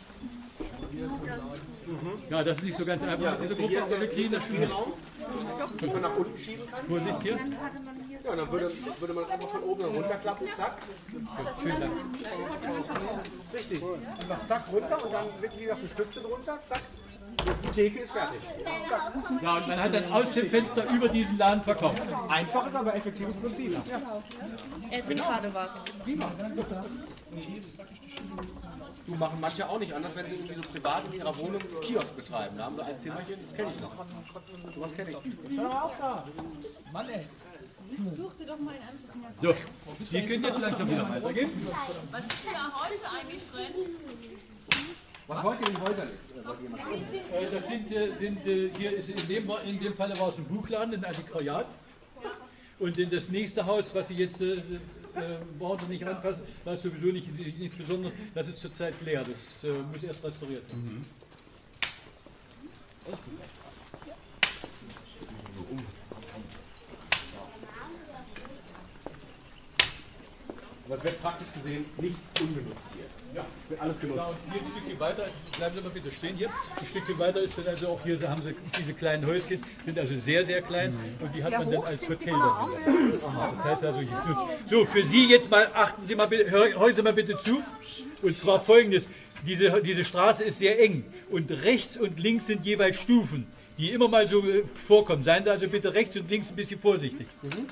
Ja, das ist nicht so ganz einfach.
Ja,
Das ist
ist
so
hier
grob,
ist der,
wir kriegen
der
das schon.
Spielraum, den man nach unten schieben kann.
Vorsicht hier.
Ja, dann würde, würde man einfach von oben runterklappen, zack.
Vielen Dank.
Richtig. Einfach zack, runter und dann wird wieder eine Stütze drunter, zack. Die Theke ist fertig. Zack.
Ja, und man hat dann aus dem Fenster über diesen Laden verkauft.
Einfaches, aber effektives Prinzip. Ja.
Er will gerade was.
Du, machen manche auch nicht anders, wenn sie irgendwie so privat in ihrer Wohnung einen Kiosk betreiben. Da haben sie ein Zimmerchen, das kenne ich noch. Sowas kenne ich.
Jetzt hör doch auf da! Mann ey!
Such dir doch mal einen anderen.
So, ihr könnt jetzt langsam wieder weitergehen.
Was ist denn da heute eigentlich drin?
Was heute in den Häusern ist.
Äh, das sind, äh, sind äh, hier ist in dem, in dem Falle war es ein Buchladen, ein Antiquariat. Und in das nächste Haus, was Sie jetzt äh, äh, brauchen Sie nicht anfassen, das ist sowieso nicht, nichts Besonderes, das ist zurzeit leer, das äh, muss erst restauriert werden. Mhm.
Aber es wird praktisch gesehen nichts ungenutzt hier. Ja, wird alles genutzt.
Ja, und hier ein Stückchen weiter, bleiben Sie mal bitte stehen hier, ein Stückchen weiter ist dann also auch hier, haben Sie diese kleinen Häuschen, sind also sehr, sehr klein und die hat man dann als Hotel dann wieder. Das heißt also, so, für Sie jetzt mal, achten Sie mal bitte, hören Sie mal bitte zu, und zwar folgendes, diese, diese Straße ist sehr eng und rechts und links sind jeweils Stufen, die immer mal so vorkommen. Seien Sie also bitte rechts und links ein bisschen vorsichtig. Mhm.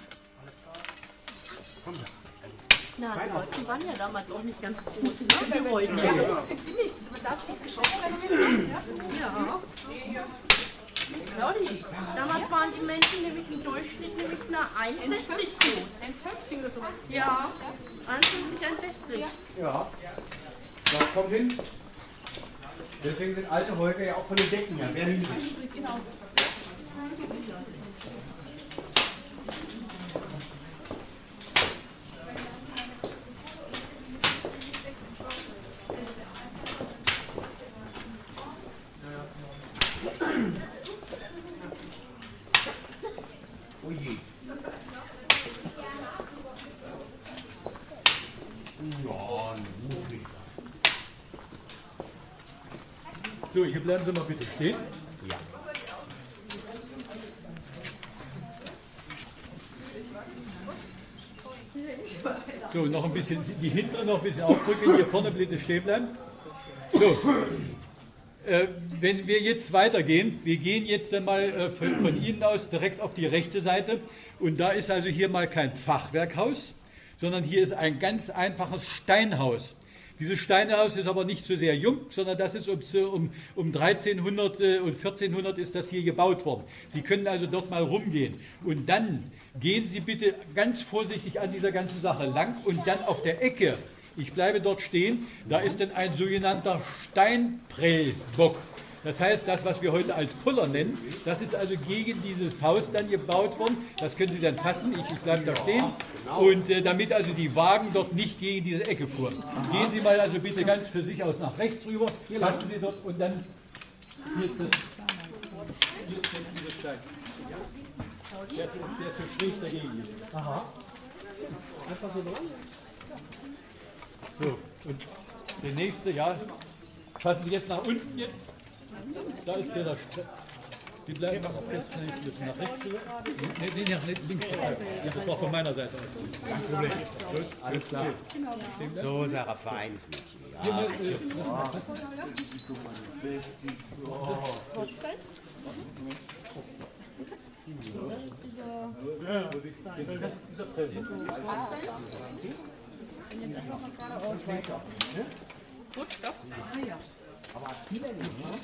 Na, die Leute waren ja damals auch nicht ganz groß, ne? Wir wollten ja.
Das ist Geschäft gewesen.
Ja. Claudi, damals waren die Menschen nämlich im Durchschnitt nämlich nach eins Komma sechzig groß.
eins Komma fünfzig oder sowas.
Ja, eins Komma fünfzig, eins Komma sechzig.
Ja, das kommt hin. Deswegen sind alte Häuser ja auch von den Decken her sehr niedrig.
Genau.
Oh je. Ja,
so, hier bleiben Sie mal bitte stehen.
Ja.
So, noch ein bisschen, die hintere noch ein bisschen aufdrücken, hier vorne bitte stehen bleiben. So, äh, wenn wir jetzt weitergehen, wir gehen jetzt dann mal äh, von, von Ihnen aus direkt auf die rechte Seite und da ist also hier mal kein Fachwerkhaus, sondern hier ist ein ganz einfaches Steinhaus. Dieses Steinhaus ist aber nicht so sehr jung, sondern das ist um, um, um dreizehnhundert und vierzehnhundert ist das hier gebaut worden. Sie können also dort mal rumgehen und dann gehen Sie bitte ganz vorsichtig an dieser ganzen Sache lang und dann auf der Ecke, ich bleibe dort stehen, da ist dann ein sogenannter Steinprellbock. Das heißt, das, was wir heute als Puller nennen, das ist also gegen dieses Haus dann gebaut worden. Das können Sie dann fassen, ich, ich bleibe da stehen. Und äh, damit also die Wagen dort nicht gegen diese Ecke fuhren. Gehen Sie mal also bitte ganz für sich aus nach rechts rüber, fassen Sie dort und dann, hier ist das, hier ist jetzt dieser Stein. Der ist, der ist so schräg dagegen. Aha. Einfach so dran. So, und der nächste, ja, fassen Sie jetzt nach unten jetzt. Da ist der da. Die bleiben auch ganz schnell hier nach rechts rüber. Nee, nee, nach links. Ja, das war von meiner Seite aus. Kein Problem. Gut, alles klar.
So, Sarah, Vereinsmädchen.
Hier mal, äh, das ist dieser Prell.
Gut, stopp. Ah ja.
Aber viele nicht, ne?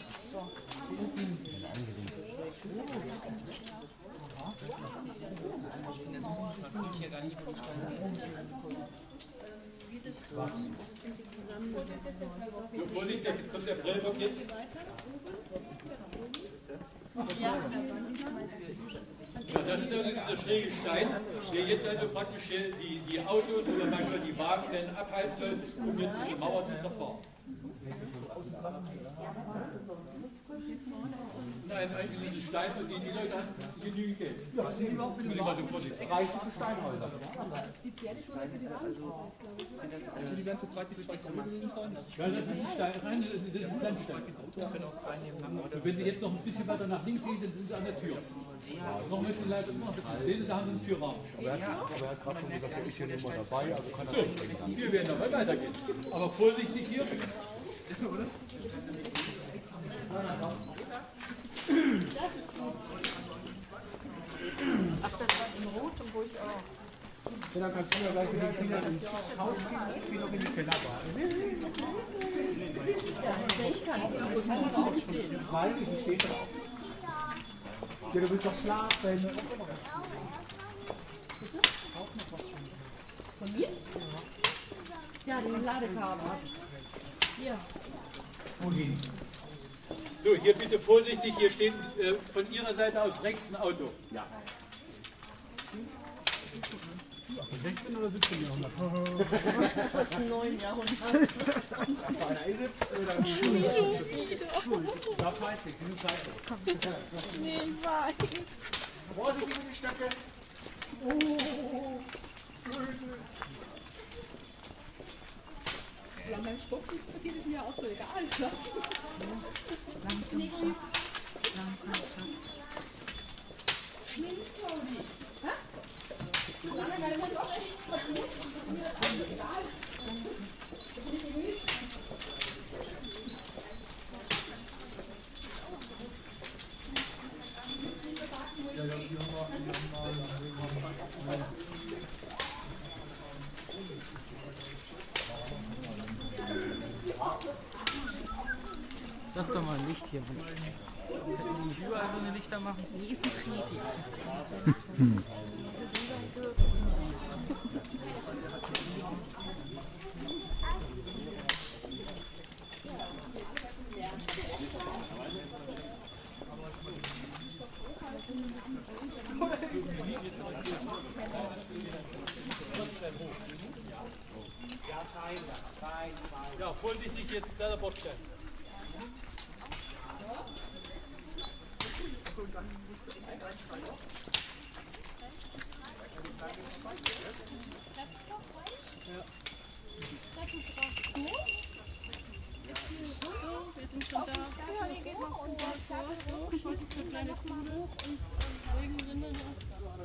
So, Vorsicht, jetzt kommt der Prellbock jetzt. Ja, das ist also dieser schräge Stein, der jetzt also praktisch die, die Autos oder manchmal die Wagen dann abhalten soll, um jetzt die Mauer zu zerfahren. Nein, eigentlich diese Steine und die, die Leute haben genügend Geld. Ja, das sind überhaupt nicht so vorsichtig.
Reicht für Steinhäuser.
Die Pferdeschule für die Wand.
Also die ganze Zeit die zwei Kugeln sein.
Ja, das ist ein Stein, rein, das ist Sandstein. Und wenn Sie jetzt noch ein bisschen weiter nach links gehen, dann sind Sie an der Tür. Ja, noch ein bisschen leider, noch ein bisschen. Sehen Sie, da haben Sie einen Türrahmen.
Aber er hat, aber er hat gerade schon gesagt, er ist hier nicht mal dabei, also kann er
so,
nicht.
wir werden dabei weitergehen. Aber vorsichtig hier.
Ach, das war in Rot und wo ich auch.
Ja, dann kannst du ja gleich mit den Kindern ins Haus gehen, ich gehe noch in die Kellerbar.
Ich weiß, die steht drauf. Ja, du willst doch schlafen.
Von mir? Ja, den Ladekabel. Hier.
Okay. So, hier bitte vorsichtig, hier steht äh, von Ihrer Seite aus rechts ein Auto. Ja.
sechzehnten oder siebzehnten Jahrhundert?
neun Jahrhundert.
War einer sitzt oder
Das weiß ich, Sie sind Zeichen.
Nee, ich weiß.
Vorsichtig mit den Stöcke. Oh,
Solange beim Stock nichts passiert, ist mir auch so egal.
Langsam, Schatz. Langsam, Schatz.
Solange beim Stock nichts passiert, ist mir das alles egal.
Lass doch mal ein Licht hier. Könnten wir nicht überall so eine Lichter machen?
Nee, ist betreten.
Ja, vorsichtig, jetzt kleiner Bordstein.
Wir sind schon da. Ja, die geht noch hoch. Hoch, hoch. Das ist eine kleine Kuhle. Und irgendwo sind dann noch.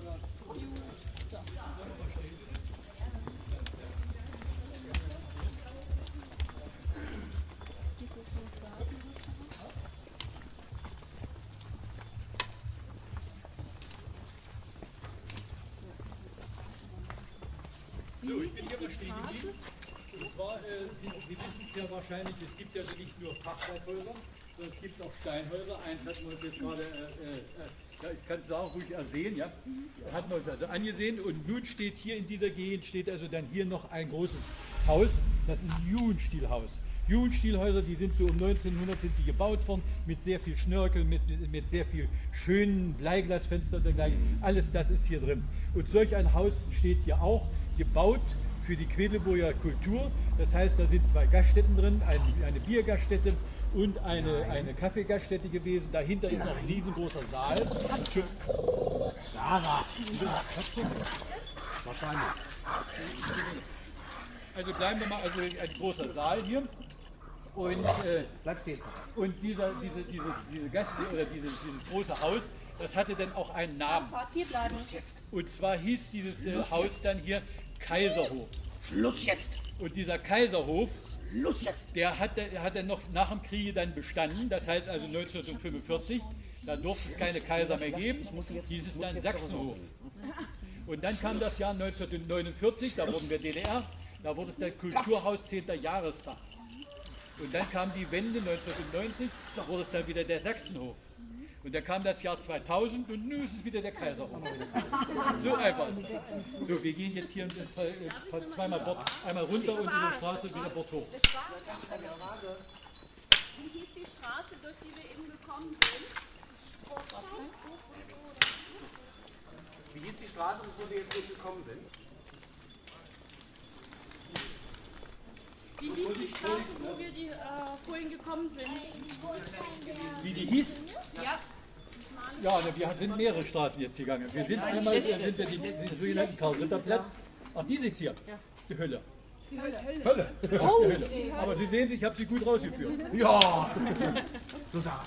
So, ich bin hier mal stehen geblieben. Und zwar, äh, Sie, Sie wissen es ja wahrscheinlich, es gibt ja nicht nur Fachwerkhäuser, sondern es gibt auch Steinhäuser. Eins hatten wir uns jetzt gerade, äh, äh, ja, ich kann es auch ruhig ersehen, ja, hatten wir uns also angesehen. Und nun steht hier in dieser Gegend, steht also dann hier noch ein großes Haus, das ist ein Jugendstilhaus. Jugendstilhäuser, die sind so um neunzehnhundert sind die gebaut worden, mit sehr viel Schnörkel, mit, mit sehr viel schönen Bleiglasfenstern und dergleichen. Alles das ist hier drin. Und solch ein Haus steht hier auch, gebaut für die Quedlinburger Kultur. Das heißt, da sind zwei Gaststätten drin, eine, eine Biergaststätte und eine, eine Kaffeegaststätte gewesen. Dahinter ist noch ein riesengroßer Saal.
Sarah. Wahrscheinlich.
Also bleiben wir mal, also ein großer Saal hier. Und, äh, und dieser, diese, dieses, diese Gast oder dieses, dieses große Haus, das hatte dann auch einen Namen. Und zwar hieß dieses äh, Haus dann hier Kaiserhof.
Schluss jetzt!
Und dieser Kaiserhof,
Schluss jetzt!
der hat, der hat dann noch nach dem Kriege dann bestanden. Das heißt also neunzehnhundertfünfundvierzig, da durfte es keine Kaiser mehr geben, hieß es dann Sachsenhof. Und dann kam das Jahr neunzehnhundertneunundvierzig, da wurden wir D D R, da wurde es dann Kulturhaus zehnter Jahrestag. Und dann kam die Wende neunzehnhundertneunzig, da wurde es dann wieder der Sachsenhof. Und dann kam das Jahr zweitausend und nun ist es wieder der Kaiserhof. So einfach. So, wir gehen jetzt hier zweimal Bord, einmal runter und über die Straße und wieder Bord hoch.
Wie hieß die Straße, durch die wir eben gekommen sind?
Wie hieß die Straße, wo wir jetzt eben gekommen sind?
Wie hieß die Straße, wo wir die, äh, vorhin gekommen sind?
Wie die hieß?
Ja.
Ja, wir sind mehrere Straßen jetzt gegangen. Wir sind einmal äh, sind wir die, den sogenannten Karl-Ritter-Platz. Ach, die ist hier. Die Hölle.
Die Hölle.
Hölle. Oh. Die Hölle. Aber Sie sehen, ich habe sie gut rausgeführt.
Ja! So da.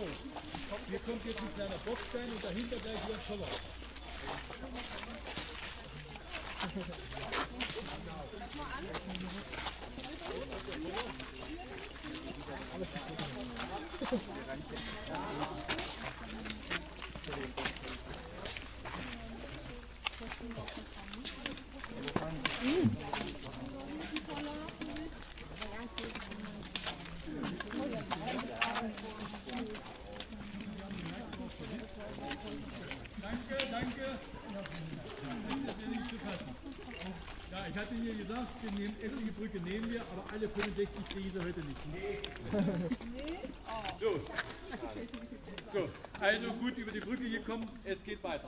Hier kommt jetzt ein kleiner Bockstein und dahinter gleich wieder ein Scholler. Danke, danke. Ja, ich hatte hier gesagt, wir nehmen Efflige Brücke nehmen wir, aber alle fünfundsechzig kriegen sie heute nicht. Nee. So. So, also gut über die Brücke gekommen, es geht weiter.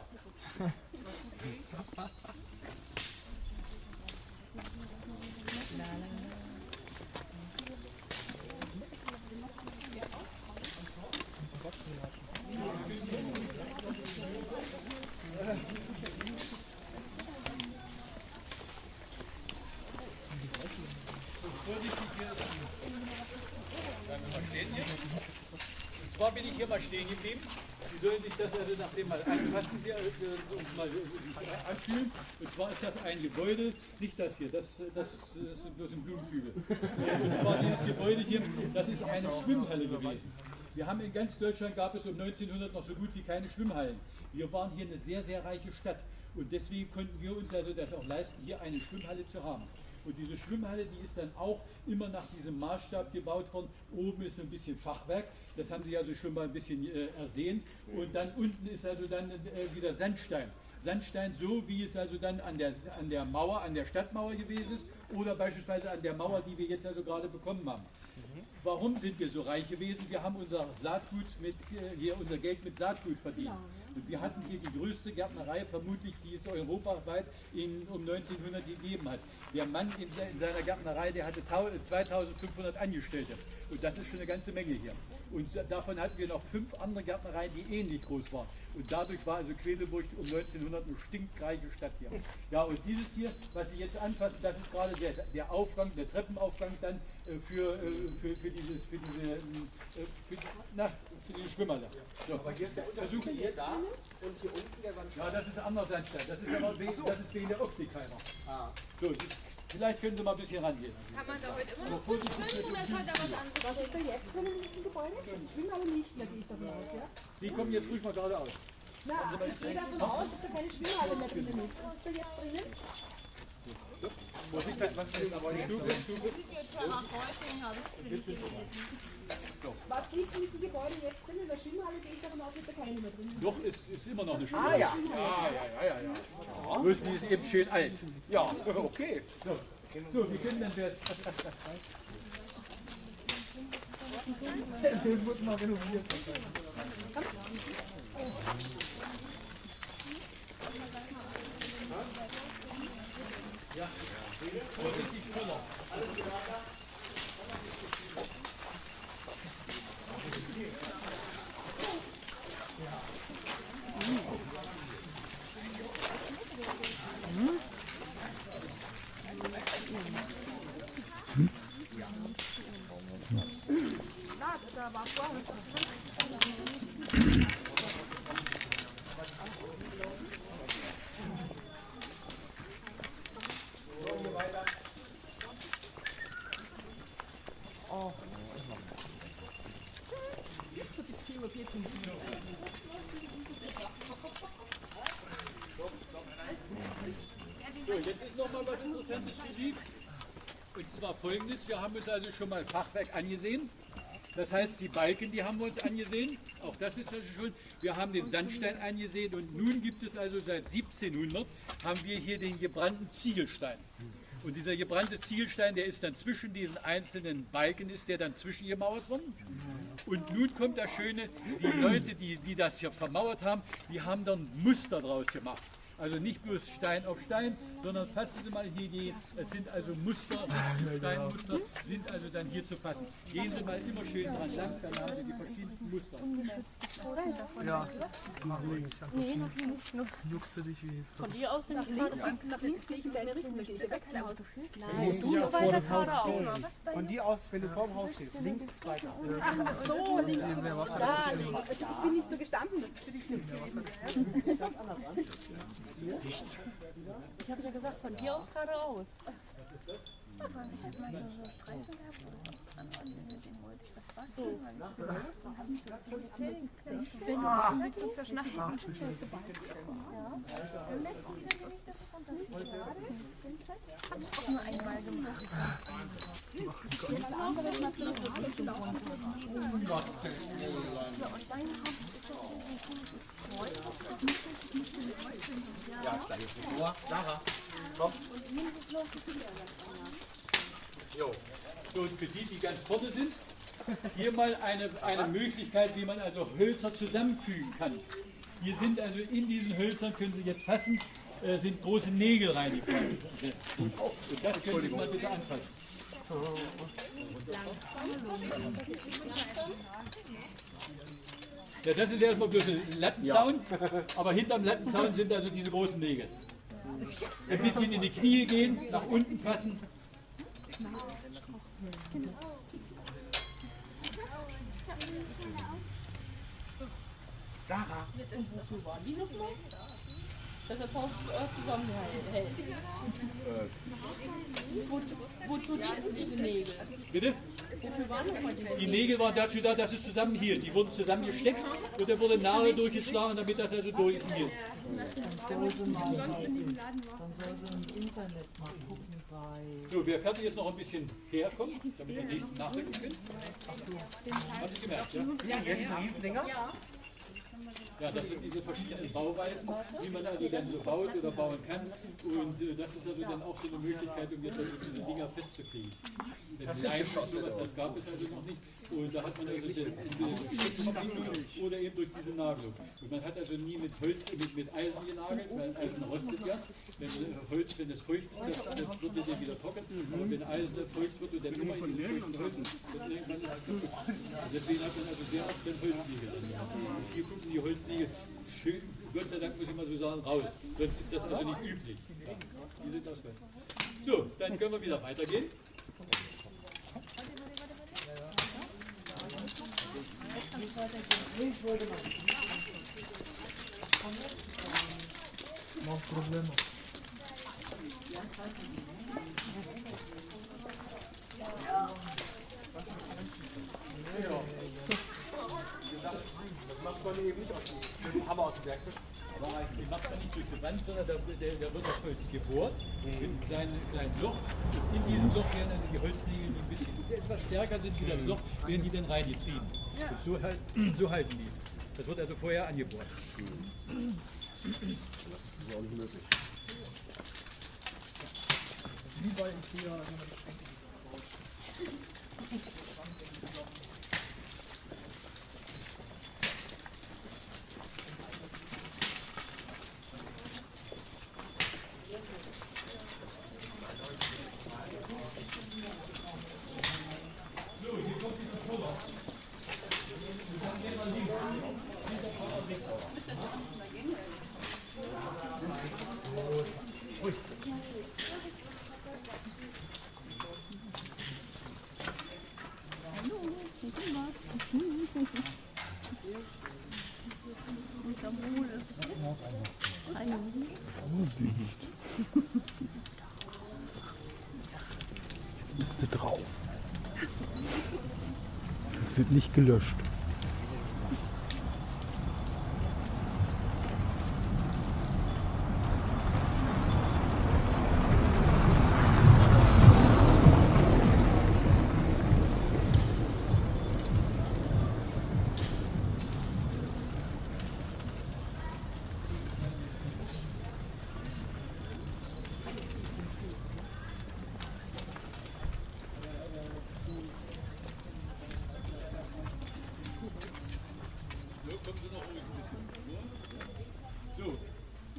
Und zwar bin ich hier mal stehen geblieben. Sie sollen sich das also nach dem mal anpassen hier äh, und mal äh, anfühlen. Und zwar ist das ein Gebäude, nicht das hier, das, das, das ist bloß ein Blumenkübel. Und zwar dieses Gebäude hier, das ist eine Schwimmhalle gewesen. Wir haben in ganz Deutschland, gab es um neunzehnhundert noch so gut wie keine Schwimmhallen. Wir waren hier eine sehr, sehr reiche Stadt. Und deswegen konnten wir uns also das auch leisten, hier eine Schwimmhalle zu haben. Und diese Schwimmhalle, die ist dann auch immer nach diesem Maßstab gebaut worden. Oben ist ein bisschen Fachwerk, das haben Sie also schon mal ein bisschen äh, ersehen. Und dann unten ist also dann äh, wieder Sandstein. Sandstein, so wie es also dann an der, an der Mauer, an der Stadtmauer gewesen ist oder beispielsweise an der Mauer, die wir jetzt also gerade bekommen haben. Warum sind wir so reich gewesen? Wir haben unser Saatgut mit, äh, hier unser Geld mit Saatgut verdient. Und wir hatten hier die größte Gärtnerei, vermutlich, die es europaweit in, um neunzehnhundert gegeben hat. Der Mann in, in seiner Gärtnerei, der hatte zweitausendfünfhundert Angestellte. Und das ist schon eine ganze Menge hier. Und davon hatten wir noch fünf andere Gärtnereien, die ähnlich groß waren. Und dadurch war also Quedlinburg um neunzehnhundert eine stinkreiche Stadt hier. Ja, und dieses hier, was Sie jetzt anfassen, das ist gerade der, der Aufgang, der Treppenaufgang dann äh, für, äh, für, für, dieses, für diese, äh, für, na, für diese Schwimmerle. So.
Aber hier ist der Unterschied jetzt da und hier unten der Sandstein.
Ja, das ist anderer Sandstein. Das ist aber wegen, so. Das ist wegen der Optikheimer. Ah. So, vielleicht können Sie mal ein bisschen rangehen.
Kann man da heute immer noch gut schwimmen oder ist heute was anderes?
Was ist da jetzt drin in diesem Gebäude? Das schwimmen aber nicht mehr, gehe ich davon aus, ja?
Sie kommen jetzt ruhig mal geradeaus.
Na, ich gehe davon aus, dass da keine Schwimmhalle mehr drinnen ist. Was ist da jetzt drinnen?
Muss ich das, was ist aber die Stufe?
Was ist in diesem Gebäude jetzt drin? In der Schwimmhalle gehe ich davon aus, dass da keine mehr drin ist.
Doch, es ist immer noch eine Schwimmhalle.
Ah ja.
Ja, ja, ja, ja. ja. Bloß die ist eben schön alt.
Ja, okay.
So, so wir können dann jetzt.
Das muss mal renoviert werden.
Ja, vorsichtig voller. Alles klar.
Da war vorher was.
Oh.
So, jetzt ist noch mal was Interessantes für Sie. Und zwar folgendes, wir haben uns also schon mal Fachwerk angesehen. Das heißt, die Balken, die haben wir uns angesehen. Auch das ist also schon. Wir haben den Sandstein angesehen und nun gibt es also seit siebzehnhundert haben wir hier den gebrannten Ziegelstein. Und dieser gebrannte Ziegelstein, der ist dann zwischen diesen einzelnen Balken, ist der dann zwischengemauert worden. Und nun kommt das Schöne, die Leute, die, die das hier vermauert haben, die haben dann Muster draus gemacht. Also nicht bloß Stein auf Stein, sondern fassen Sie mal hier die, es sind also Muster, Steinmuster sind also dann hier zu fassen. Gehen Sie mal immer schön dran lang, dann haben Sie die verschiedensten Muster.
Ja, nach links.
Nee, noch nicht. Noch
Juckst du dich wie
von dir aus bin
Nach
ich
links,
gerade
nach links gehe ich in deine Richtung, da gehe ich weg vom Haus.
Nein,
Du
so
ja vor
weiter
das Haus
geradeaus.
stehen. Von dir aus, wenn du vor dem Haus stehst, links weiter.
Ach so, links.
mehr Wasser
Da
ist
links.
Also ich bin nicht so gestanden, das ist für dich nichts gewesen.
Ich habe ja gesagt, von dir aus geradeaus.
Ich habe mal so, so Streifen gehabt, wo das auch dran war, mit denen wollte ich was basteln, weil ich das gelesen und habe mich so das Polizei irgendwie zu zerschneiden. Ja. Dann lässt auch wieder nicht das runter. Habe ich auch nur einmal gemacht. Das andere ist natürlich so durchgelaufen. Und deine Hand ist so ein Kreuz. Das müsste ein Kreuz sein.
Ja, ist gleich. Sarah, komm.
Jo. So, und für die, die ganz vorne sind, hier mal eine, eine Möglichkeit, wie man also Hölzer zusammenfügen kann. Hier sind also in diesen Hölzern, können Sie jetzt fassen, äh, sind große Nägel reingefallen. Und das können Sie mal bitte anfassen. Ja, das ist erstmal bloß ein Lattenzaun, aber hinterm Lattenzaun sind also diese großen Nägel. Ein bisschen in die Knie gehen, nach unten fassen.
Sarah.
Und wofür waren die nochmal? Dass das Haus äh, zusammenhält. Wozu, wozu dienen diese Nägel?
Bitte?
Wofür waren nochmal die Nägel?
Die Nägel waren dazu da, dass es zusammenhielt. Die wurden zusammengesteckt und da wurde Nadel durchgeschlagen, damit das also durchhielt.
Dann soll sie im Internet mal gucken bei...
So, wer fertig ist, noch ein bisschen herkommt, damit wir den nächsten nachrücken können. Haben Sie gemerkt, ja?
Ja, diese Riesendinger?
Ja, das sind diese verschiedenen Bauweisen, wie man also dann so baut oder bauen kann. Und äh, das ist also dann auch so eine Möglichkeit, um jetzt also diese Dinger festzukriegen. Denn Leim und sowas, das gab es also noch nicht. Und da hat man also den, entweder durch Schutzverbindungen oder eben durch diese Nagelung. Und man hat also nie mit Holz, mit, mit Eisen genagelt, weil Eisen rostet ja. Wenn äh, Holz, wenn es feucht ist, das, das wird ja dann wieder trocken. Aber wenn Eisen das feucht wird und dann immer in diesen feuchten Holzen, dann irgendwann ist es kaputt. Und deswegen hat man also sehr oft dann Holznägel. Und hier gucken die Holznägel schön, Gott sei Dank muss ich mal so sagen, raus. Sonst ist das also nicht üblich. Ja, die sind aus Holz. So, dann können wir wieder weitergehen.
No problema.
Das macht man eben nicht mit dem Hammer aus dem Werkzeug.
Aber ich mache es nicht durch die Wand, sondern da, da, da wird das Holz gebohrt, mit einem kleinen, kleinen Loch. Und in diesem Loch werden also die Holznägel, die ein bisschen etwas stärker sind wie das Loch, werden die dann reingetrieben. Und so, halt, so halten die. Das wird also vorher angebohrt.
Das ist auch nicht möglich.
Wie bei Ikea, wenn man das Schränke
Jetzt bist du drauf. Es wird nicht gelöscht.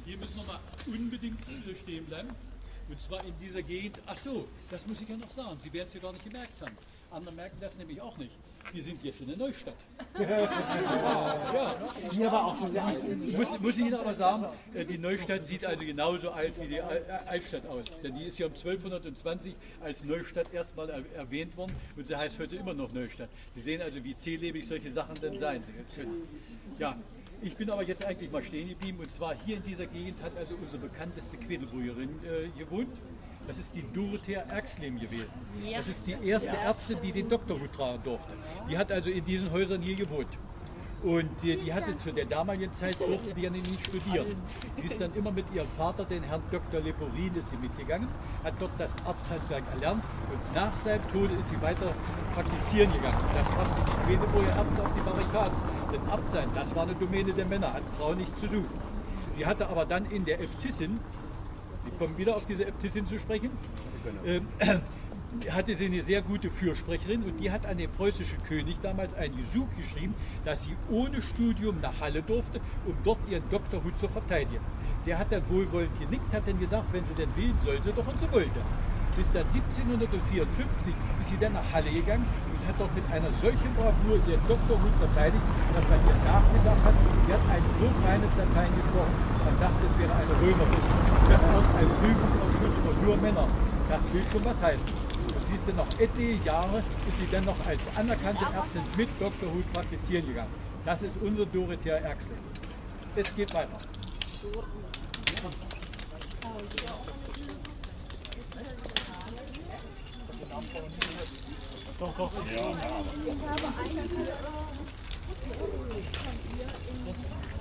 hier müssen wir mal unbedingt stehen bleiben. Und zwar in dieser Gegend, ach so, das muss ich ja noch sagen, Sie werden es ja gar nicht gemerkt haben. Andere merken das nämlich auch nicht. Wir sind jetzt in der Neustadt. Ja,
Hier war auch schon sehr alt.
muss, muss ich Ihnen aber sagen, die Neustadt sieht also genauso alt wie die Altstadt aus. Denn die ist ja um zwölfhundertzwanzig als Neustadt erstmal erwähnt worden und sie heißt heute immer noch Neustadt. Sie sehen also, wie zählebig solche Sachen denn sein können. Ja, ich bin aber jetzt eigentlich mal stehen geblieben und zwar hier in dieser Gegend hat also unsere bekannteste Quedelbrüherin äh, gewohnt. Das ist die Dorothea Erxleben gewesen. Das ist die erste Ärztin, die den Doktorhut tragen durfte. Die hat also in diesen Häusern hier gewohnt. Und die, die hatte zu der damaligen Zeit, durfte die ja nicht studieren. Sie ist dann immer mit ihrem Vater, den Herrn Doktor Leporin, ist sie mitgegangen, hat dort das Arzthandwerk erlernt und nach seinem Tode ist sie weiter praktizieren gegangen. Das brachte die Quedelbrüher Ärzte auf die Barrikaden. Denn Arzt sein, das war eine Domäne der Männer, hat Frauen nichts zu suchen. Sie hatte aber dann in der Äbtissin, wir kommen wieder auf diese Äbtissin zu sprechen, ähm, hatte sie eine sehr gute Fürsprecherin und die hat an den preußischen König damals ein Gesuch geschrieben, dass sie ohne Studium nach Halle durfte, um dort ihren Doktorhut zu verteidigen. Der hat dann wohlwollend genickt, hat dann gesagt, wenn sie denn will, soll sie doch und sie wollte. Bis dann siebzehnhundertvierundfünfzig ist sie dann nach Halle gegangen und hat dort mit einer solchen Bravour ihren Doktorhut verteidigt, dass man ihr nachgesagt hat, sie hat ein so feines Latein gesprochen, man dachte, es wäre eine Römerin. Das aus einem Prüfungsausschuss von nur Männern. Das will schon was heißen. Und siehst du, noch etliche Jahre ist sie dann noch als anerkannte Ärztin mit Doktorhut praktizieren gegangen. Das ist unsere Dorothea Erxleben. Es geht weiter. Doch, doch. Ja, ja.
Ich habe eine von ihr in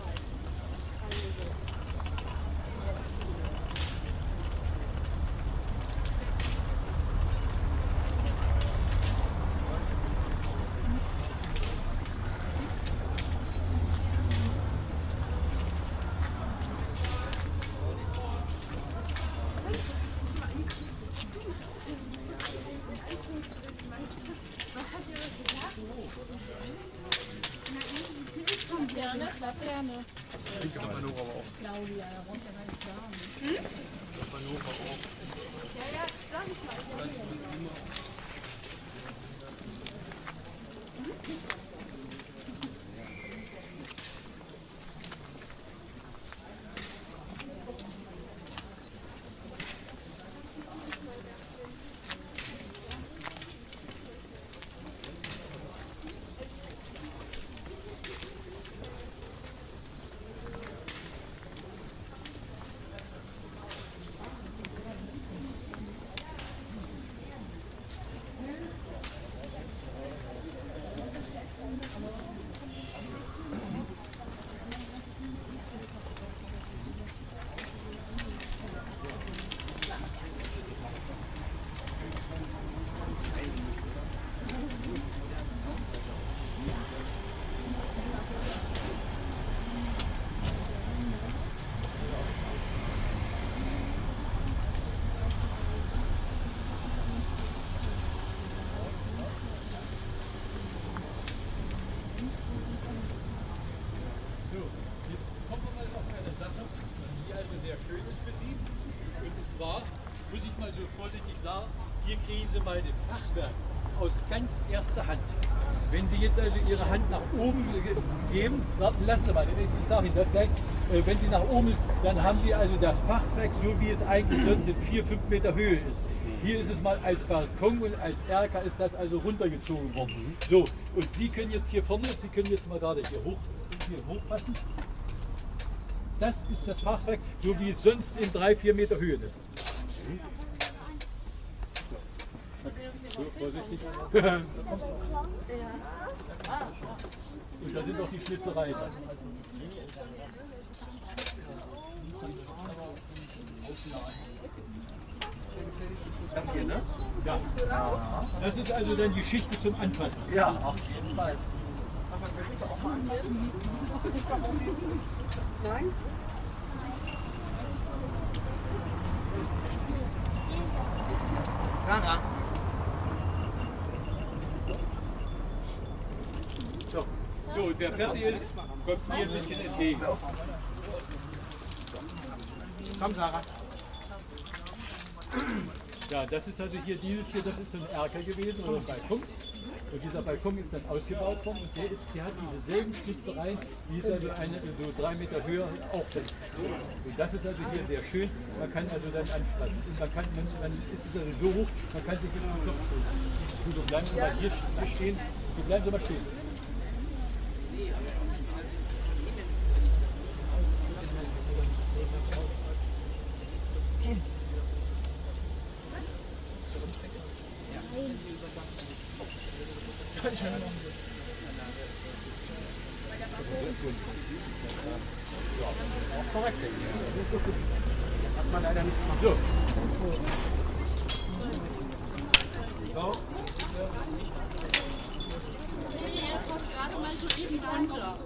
Laterne.
Ich glaube, Manova auch.
Claudia, da runter rein klar.
Ich glaube, Manova auch.
Ja, ja, sag ich mal.
Hier kriegen Sie mal das Fachwerk aus ganz erster Hand. Wenn Sie jetzt also Ihre Hand nach oben geben, warten, lassen Sie mal, ich sage Ihnen das gleich, wenn Sie nach oben ist, dann haben Sie also das Fachwerk, so wie es eigentlich sonst in vier, fünf Meter Höhe ist. Hier ist es mal als Balkon und als Erker ist das also runtergezogen worden. So, und Sie können jetzt hier vorne, Sie können jetzt mal gerade hier hoch, hier hochpassen. Das ist das Fachwerk, so wie es sonst in drei, vier Meter Höhe ist. So, vorsichtig. Und da sind auch die Schnitzereien.
Das hier, ne?
Ja. Das ist also dann die Geschichte zum Anfassen.
Ja, auf jeden Fall. Nein? Sarah.
So, so, und wer fertig ist, kommt mir ein bisschen entgegen.
Komm, Sarah.
Ja, das ist also hier, dieses hier, das ist so ein Erker gewesen oder ein Balkon. Und dieser Balkon ist dann ausgebaut worden und der, ist, der hat dieselben Schnitzereien, wie es also eine, so drei Meter höher auch dann. Und das ist also hier sehr schön. Man kann also dann anspannen. Und man kann, man, man ist es also so hoch, man kann sich mit dem Kopf stoßen. Gut, und bleiben Sie mal hier stehen. Wir bleiben Sie mal stehen.
Ich meine,
auch korrekt.
hat man leider nicht gemacht.
So.
So. Er kommt gerade mal so eben runter.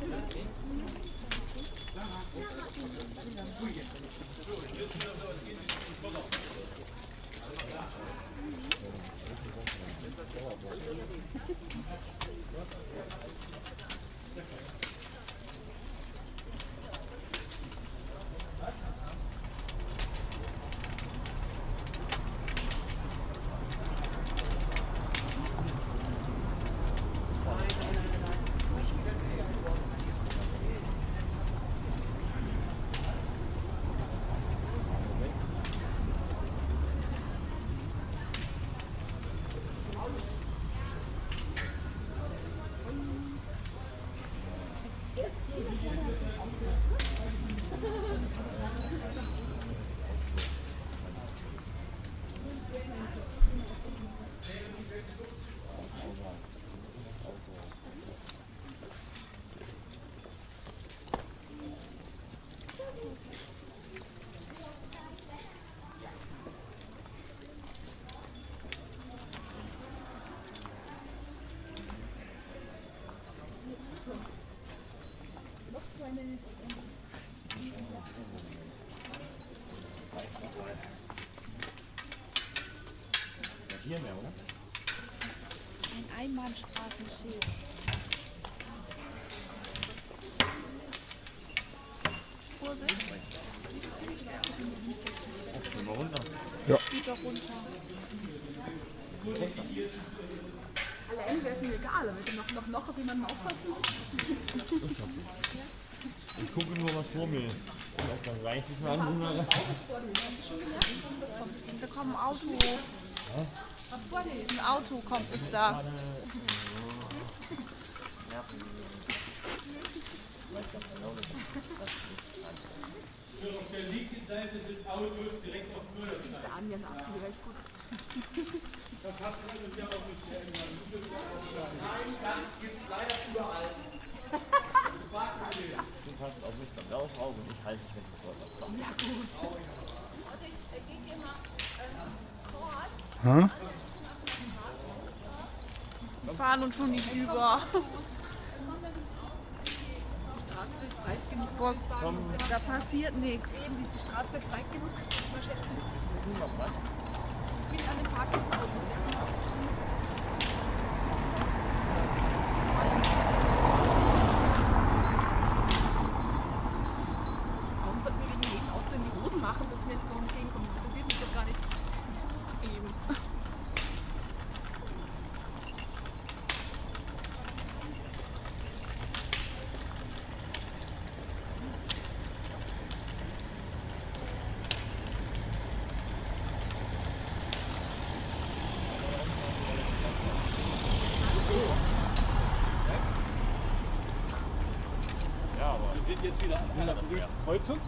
Hier mehr, oder?
Ein Einbahnstraßenschild. Vorsicht.
Gehen wir runter.
Ja.
Geht doch runter.
Allein wäre es mir egal, aber wenn noch, noch, noch auf jemanden aufpassen.
Ich gucke nur, was vor mir ist. Und dann reicht nicht mehr an.
Da kommt ein Auto.
Ja?
Was vor dir ist?
Ein Auto kommt es da.
So, auf der linken Seite sind Autos direkt auf Müll.
Der Anja nach, die recht gut.
Das hast du uns ja auch nicht mehr irgendwann. Nein, das gibt es leider überall.
Du passt auf mich beim Lauf auf und ich halte dich, wenn du vorwärts.
Ja, gut.
Hm?
Wir fahren uns schon nicht über. Boah, da passiert nichts.
Die Straße ist weit genug. Mal schätzen. Ich bin an den Parkplatz. Warum sollten wir wegen dem Auto in die Hosen machen, dass wir jetzt noch entgegenkommen? Das interessiert mich doch gar nicht. Eben.
Wir sind jetzt wieder an einer Kreuzung.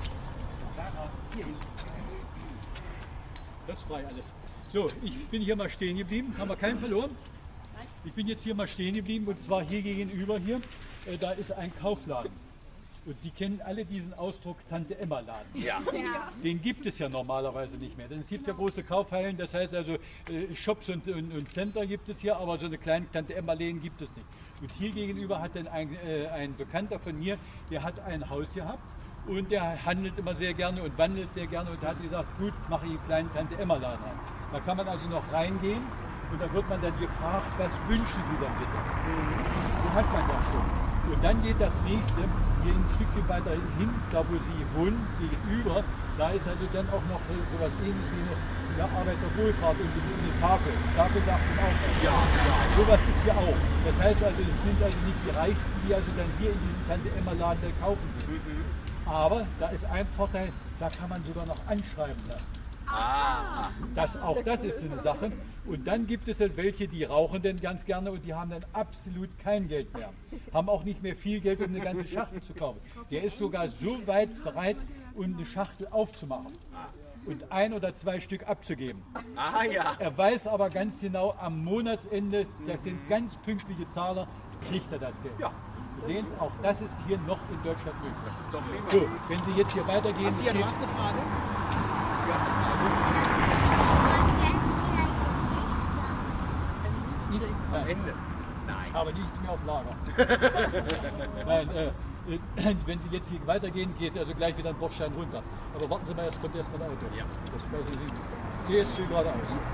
Das ist frei alles. So, ich bin hier mal stehen geblieben. Haben wir keinen verloren? Ich bin jetzt hier mal stehen geblieben und zwar hier gegenüber hier. Äh, da ist ein Kaufladen. Und Sie kennen alle diesen Ausdruck Tante-Emma-Laden.
Ja.
Den gibt es ja normalerweise nicht mehr. Denn es gibt ja große Kaufhallen, das heißt also äh, Shops und, und, und Center gibt es hier, aber so eine kleine Tante-Emma-Läden gibt es nicht. Und hier gegenüber hat dann ein, äh, ein Bekannter von mir, der hat ein Haus gehabt und der handelt immer sehr gerne und wandelt sehr gerne und hat gesagt, gut, mache ich einen kleinen Tante-Emma-Laden an. Da kann man also noch reingehen und da wird man dann gefragt, was wünschen Sie dann bitte? Den hat man ja schon. Und dann geht das nächste, hier ein Stückchen weiter hin, da wo Sie wohnen, gegenüber, da ist also dann auch noch äh, sowas ähnliches wie eine ja, Arbeiterwohlfahrt und eine Tafel. Tafel sagt man auch. Ja, ja. Sowas ist hier auch. Das heißt also, es sind also nicht die Reichsten, die also dann hier in diesem Tante-Emma-Laden kaufen gehen. Mhm. Aber da ist ein Vorteil, da kann man sogar noch anschreiben lassen. Ah. Das, auch das ist eine Sache. Und dann gibt es halt welche, die rauchen dann ganz gerne und die haben dann absolut kein Geld mehr. Haben auch nicht mehr viel Geld, um eine ganze Schachtel zu kaufen. Der ist sogar so weit bereit, um eine Schachtel aufzumachen und ein oder zwei Stück abzugeben. Ah, ja. Er weiß aber ganz genau, am Monatsende, das sind ganz pünktliche Zahler, kriegt er das Geld. Ja. Sie sehen es, auch das ist hier noch in Deutschland möglich. Das ist doch prima. So, wenn Sie jetzt hier weitergehen...
Hast du ja, du hast eine Frage?
Am Ende. Nein. Aber nichts mehr auf Lager. Nein, äh, äh, wenn Sie jetzt hier weitergehen, geht es also gleich wieder einen Bordstein runter. Aber warten Sie mal, jetzt kommt erstmal ein Auto. Ja. Das weiß ich nicht. Ich gehe jetzt hier geradeaus.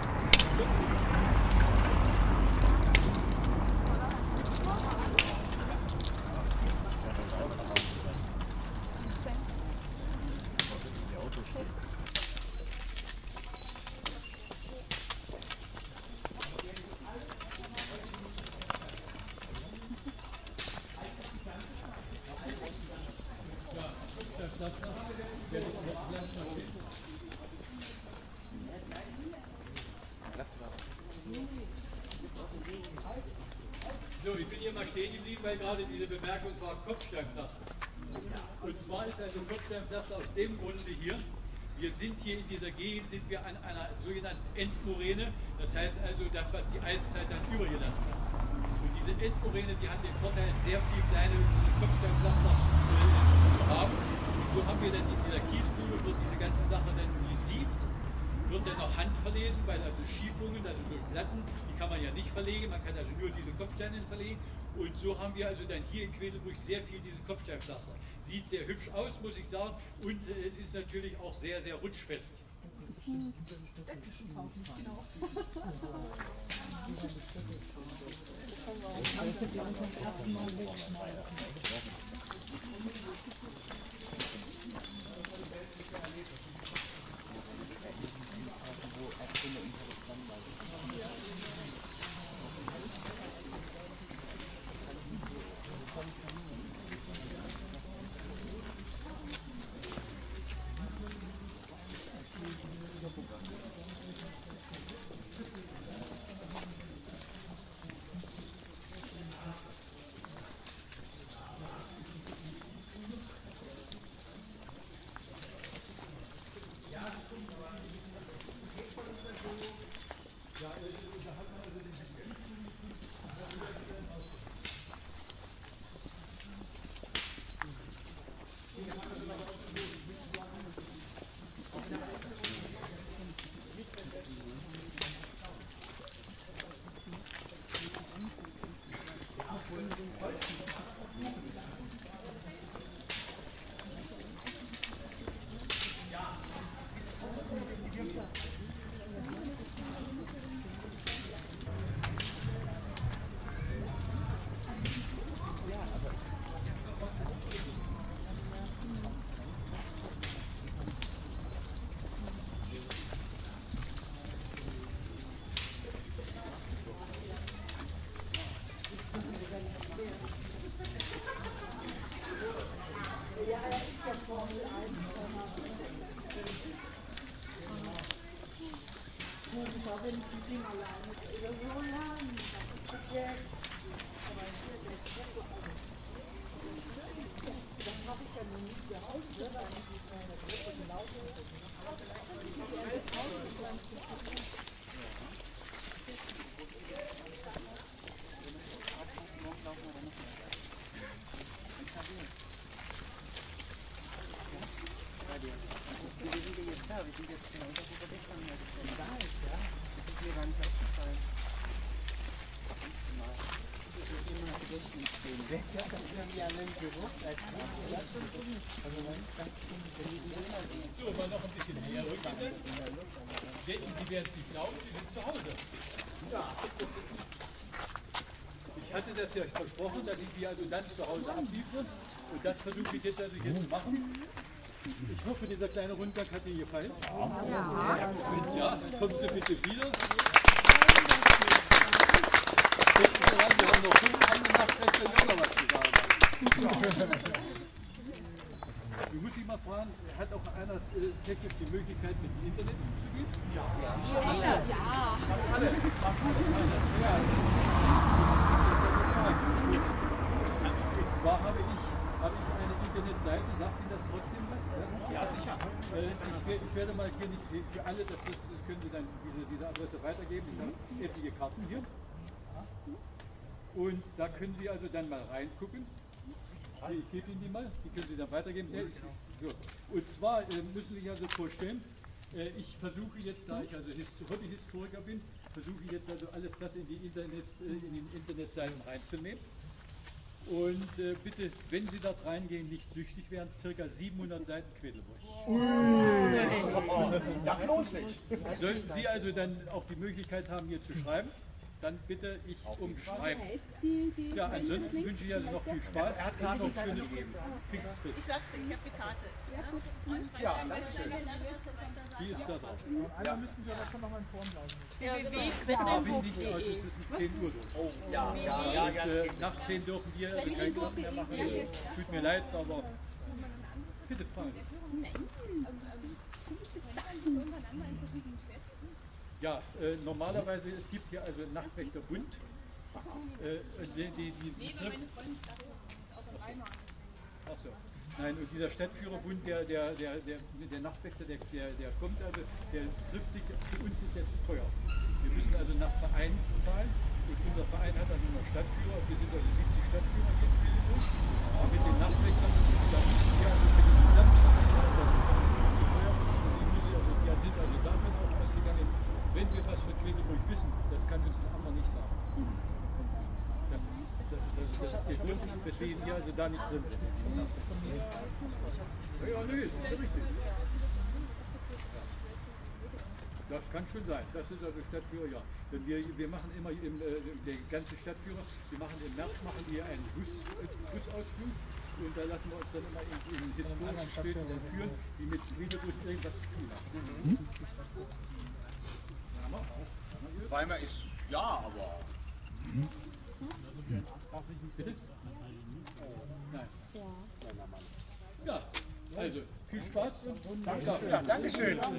So, ich bin hier mal stehen geblieben, weil gerade diese Bemerkung war Kopfsteinpflaster. Und zwar ist also Kopfsteinpflaster aus dem Grunde hier, wir sind hier in dieser Gegend, sind wir an einer sogenannten Endmoräne, das heißt also das, was die Eiszeit dann übergelassen hat. Und diese Endmoräne, die hat den Vorteil, sehr viele kleine Kopfsteinpflaster äh, zu haben. Und so haben wir dann in dieser Kiesgrube, wo diese ganze Sache dann gesiebt, wird dann noch handverlesen, weil also Schiefungen, also durch Platten, die kann man ja nicht verlegen, man kann also nur diese Kopfsteine verlegen. Und so haben wir also dann hier in Quedlinburg sehr viel diese Kopfsteinpflaster. Sieht sehr hübsch aus, muss ich sagen, und äh, ist natürlich auch sehr, sehr rutschfest. Hm. So, mal noch ein bisschen näher rücken. Denken Sie, werden es nicht glauben, Sie sind zu Hause. Ja. Ich hatte das ja versprochen, dass ich Sie also dann zu Hause abliefere. Und das versuche ich jetzt also hier zu machen. Ich hoffe, dieser kleine Rundgang hat Ihnen gefallen. Ja. Und ja, kommen Sie bitte wieder. Denken Sie daran, wir haben noch fünf andere Nachtgäste, die auch noch was zu sagen haben. Ich muss Sie mal fragen, hat auch einer äh, technisch die Möglichkeit, mit dem Internet umzugehen? Ja. Ja. Ja. Ja. Fast alle. Fast alle. Ja. Und zwar habe ich, habe ich eine Internetseite, sagt Ihnen das trotzdem was? Ja, sicher. Äh, ich, ich werde mal hier nicht für, für alle, das, ist, das können Sie dann diese, diese Adresse weitergeben. Ich habe etliche Karten hier. Und da können Sie also dann mal reingucken. Ich gebe Ihnen die mal, die können Sie dann weitergeben. So. Und zwar äh, müssen Sie sich also vorstellen, äh, ich versuche jetzt, da ich also Hobbyhistoriker bin, versuche ich jetzt also alles das in die Internet, äh, in den Internetseiten reinzunehmen. Und äh, bitte, wenn Sie dort reingehen, nicht süchtig werden, circa siebenhundert Seiten Quedlinburg.
Das lohnt sich.
Sollten Sie also dann auch die Möglichkeit haben, hier zu schreiben, dann bitte ich um Schreiben. Ja, ansonsten wünsche ich also noch viel Spaß. Er hat gerade noch schönes Pfingstfest.
Ich sag's dir, ich habe die Karte. Ja, gut.
Ja, danke schön. Die ist da drauf.
Ja, müssen Sie aber schon noch mal ins Horn bleiben.
w w w punkt
quedlinburg punkt de. Es ist um zehn Uhr durch. Oh, ja, ja, ja. Und, äh, nach zehn dürfen wir also keine Sachen mehr machen. Tut mir leid, aber bitte fragen. Ja, äh, normalerweise, es gibt hier also Nachtwächterbund. Äh, die, die, die, die Achso. Nein, und dieser Stadtführerbund, der, der, der, der, der Nachtwächter, der, der, der kommt also, der trifft sich, für uns ist er zu teuer. Wir müssen also nach Verein zahlen und unser Verein hat also noch Stadtführer, wir sind also siebzig Stadtführer hier in Quedlinburg. Und mit den Nachtwächtern, da müssen wir also für die Zusammenarbeit, das ist zu teuer, die, müssen also, die sind also davon auch ausgegangen, wenn wir was für Quedlinburg wissen, das kann uns der andere nicht sagen. Das ist, das ist, also, das ist der Grund, weswegen wir also da nicht drin sind. Ja, nö, das ist richtig. Das kann schon sein. Das ist also Stadtführer, ja. Denn wir, wir machen immer im, äh, der ganze Stadtführer, wir machen im März machen wir einen Bus, äh, Busausflug und da lassen wir uns dann immer in, in historischen Städten dann führen, die mit Quedlinburg irgendwas zu tun haben. Mhm.
Weimar ist ja, aber.
Mhm. Bitte? Nein. Ja, also viel Spaß und danke.
Ja, danke schön.
Ja,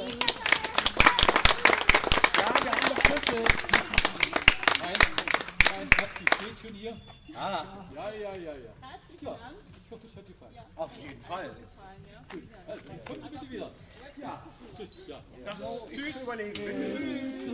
wir haben noch Schlüssel. Mein, mein Taxi steht schon hier.
Ah.
Ja, ja, ja, ja.
Herzlichen
Ja,
Dank.
ich hoffe, es hat gefallen.
Auf jeden Fall.
Gut, also kommen Sie bitte wieder. Ja, tschüss. Ja.
Das tschüss überlegen. Tschüss.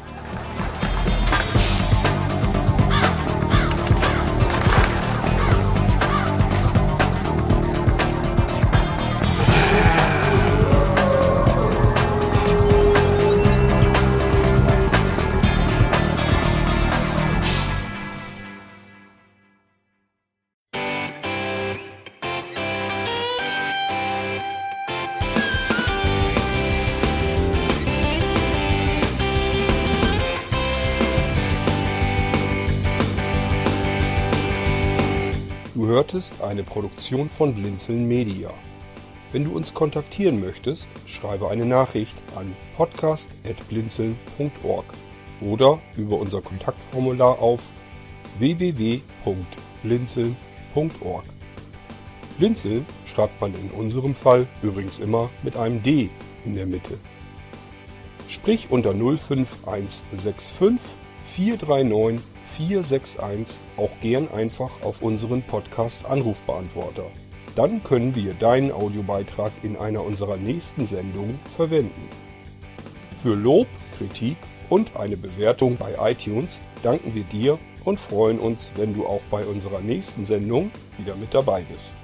Du hörtest eine Produktion von Blinzeln Media. Wenn du uns kontaktieren möchtest, schreibe eine Nachricht an podcast at blinzeln punkt org oder über unser Kontaktformular auf w w w punkt blinzeln punkt org. Blinzeln schreibt man in unserem Fall übrigens immer mit einem D in der Mitte. Sprich unter null fünf eins sechs fünf vier drei neun vier sechs eins auch gern einfach auf unseren Podcast-Anrufbeantworter. Dann können wir deinen Audiobeitrag in einer unserer nächsten Sendungen verwenden. Für Lob, Kritik und eine Bewertung bei iTunes danken wir dir und freuen uns, wenn du auch bei unserer nächsten Sendung wieder mit dabei bist.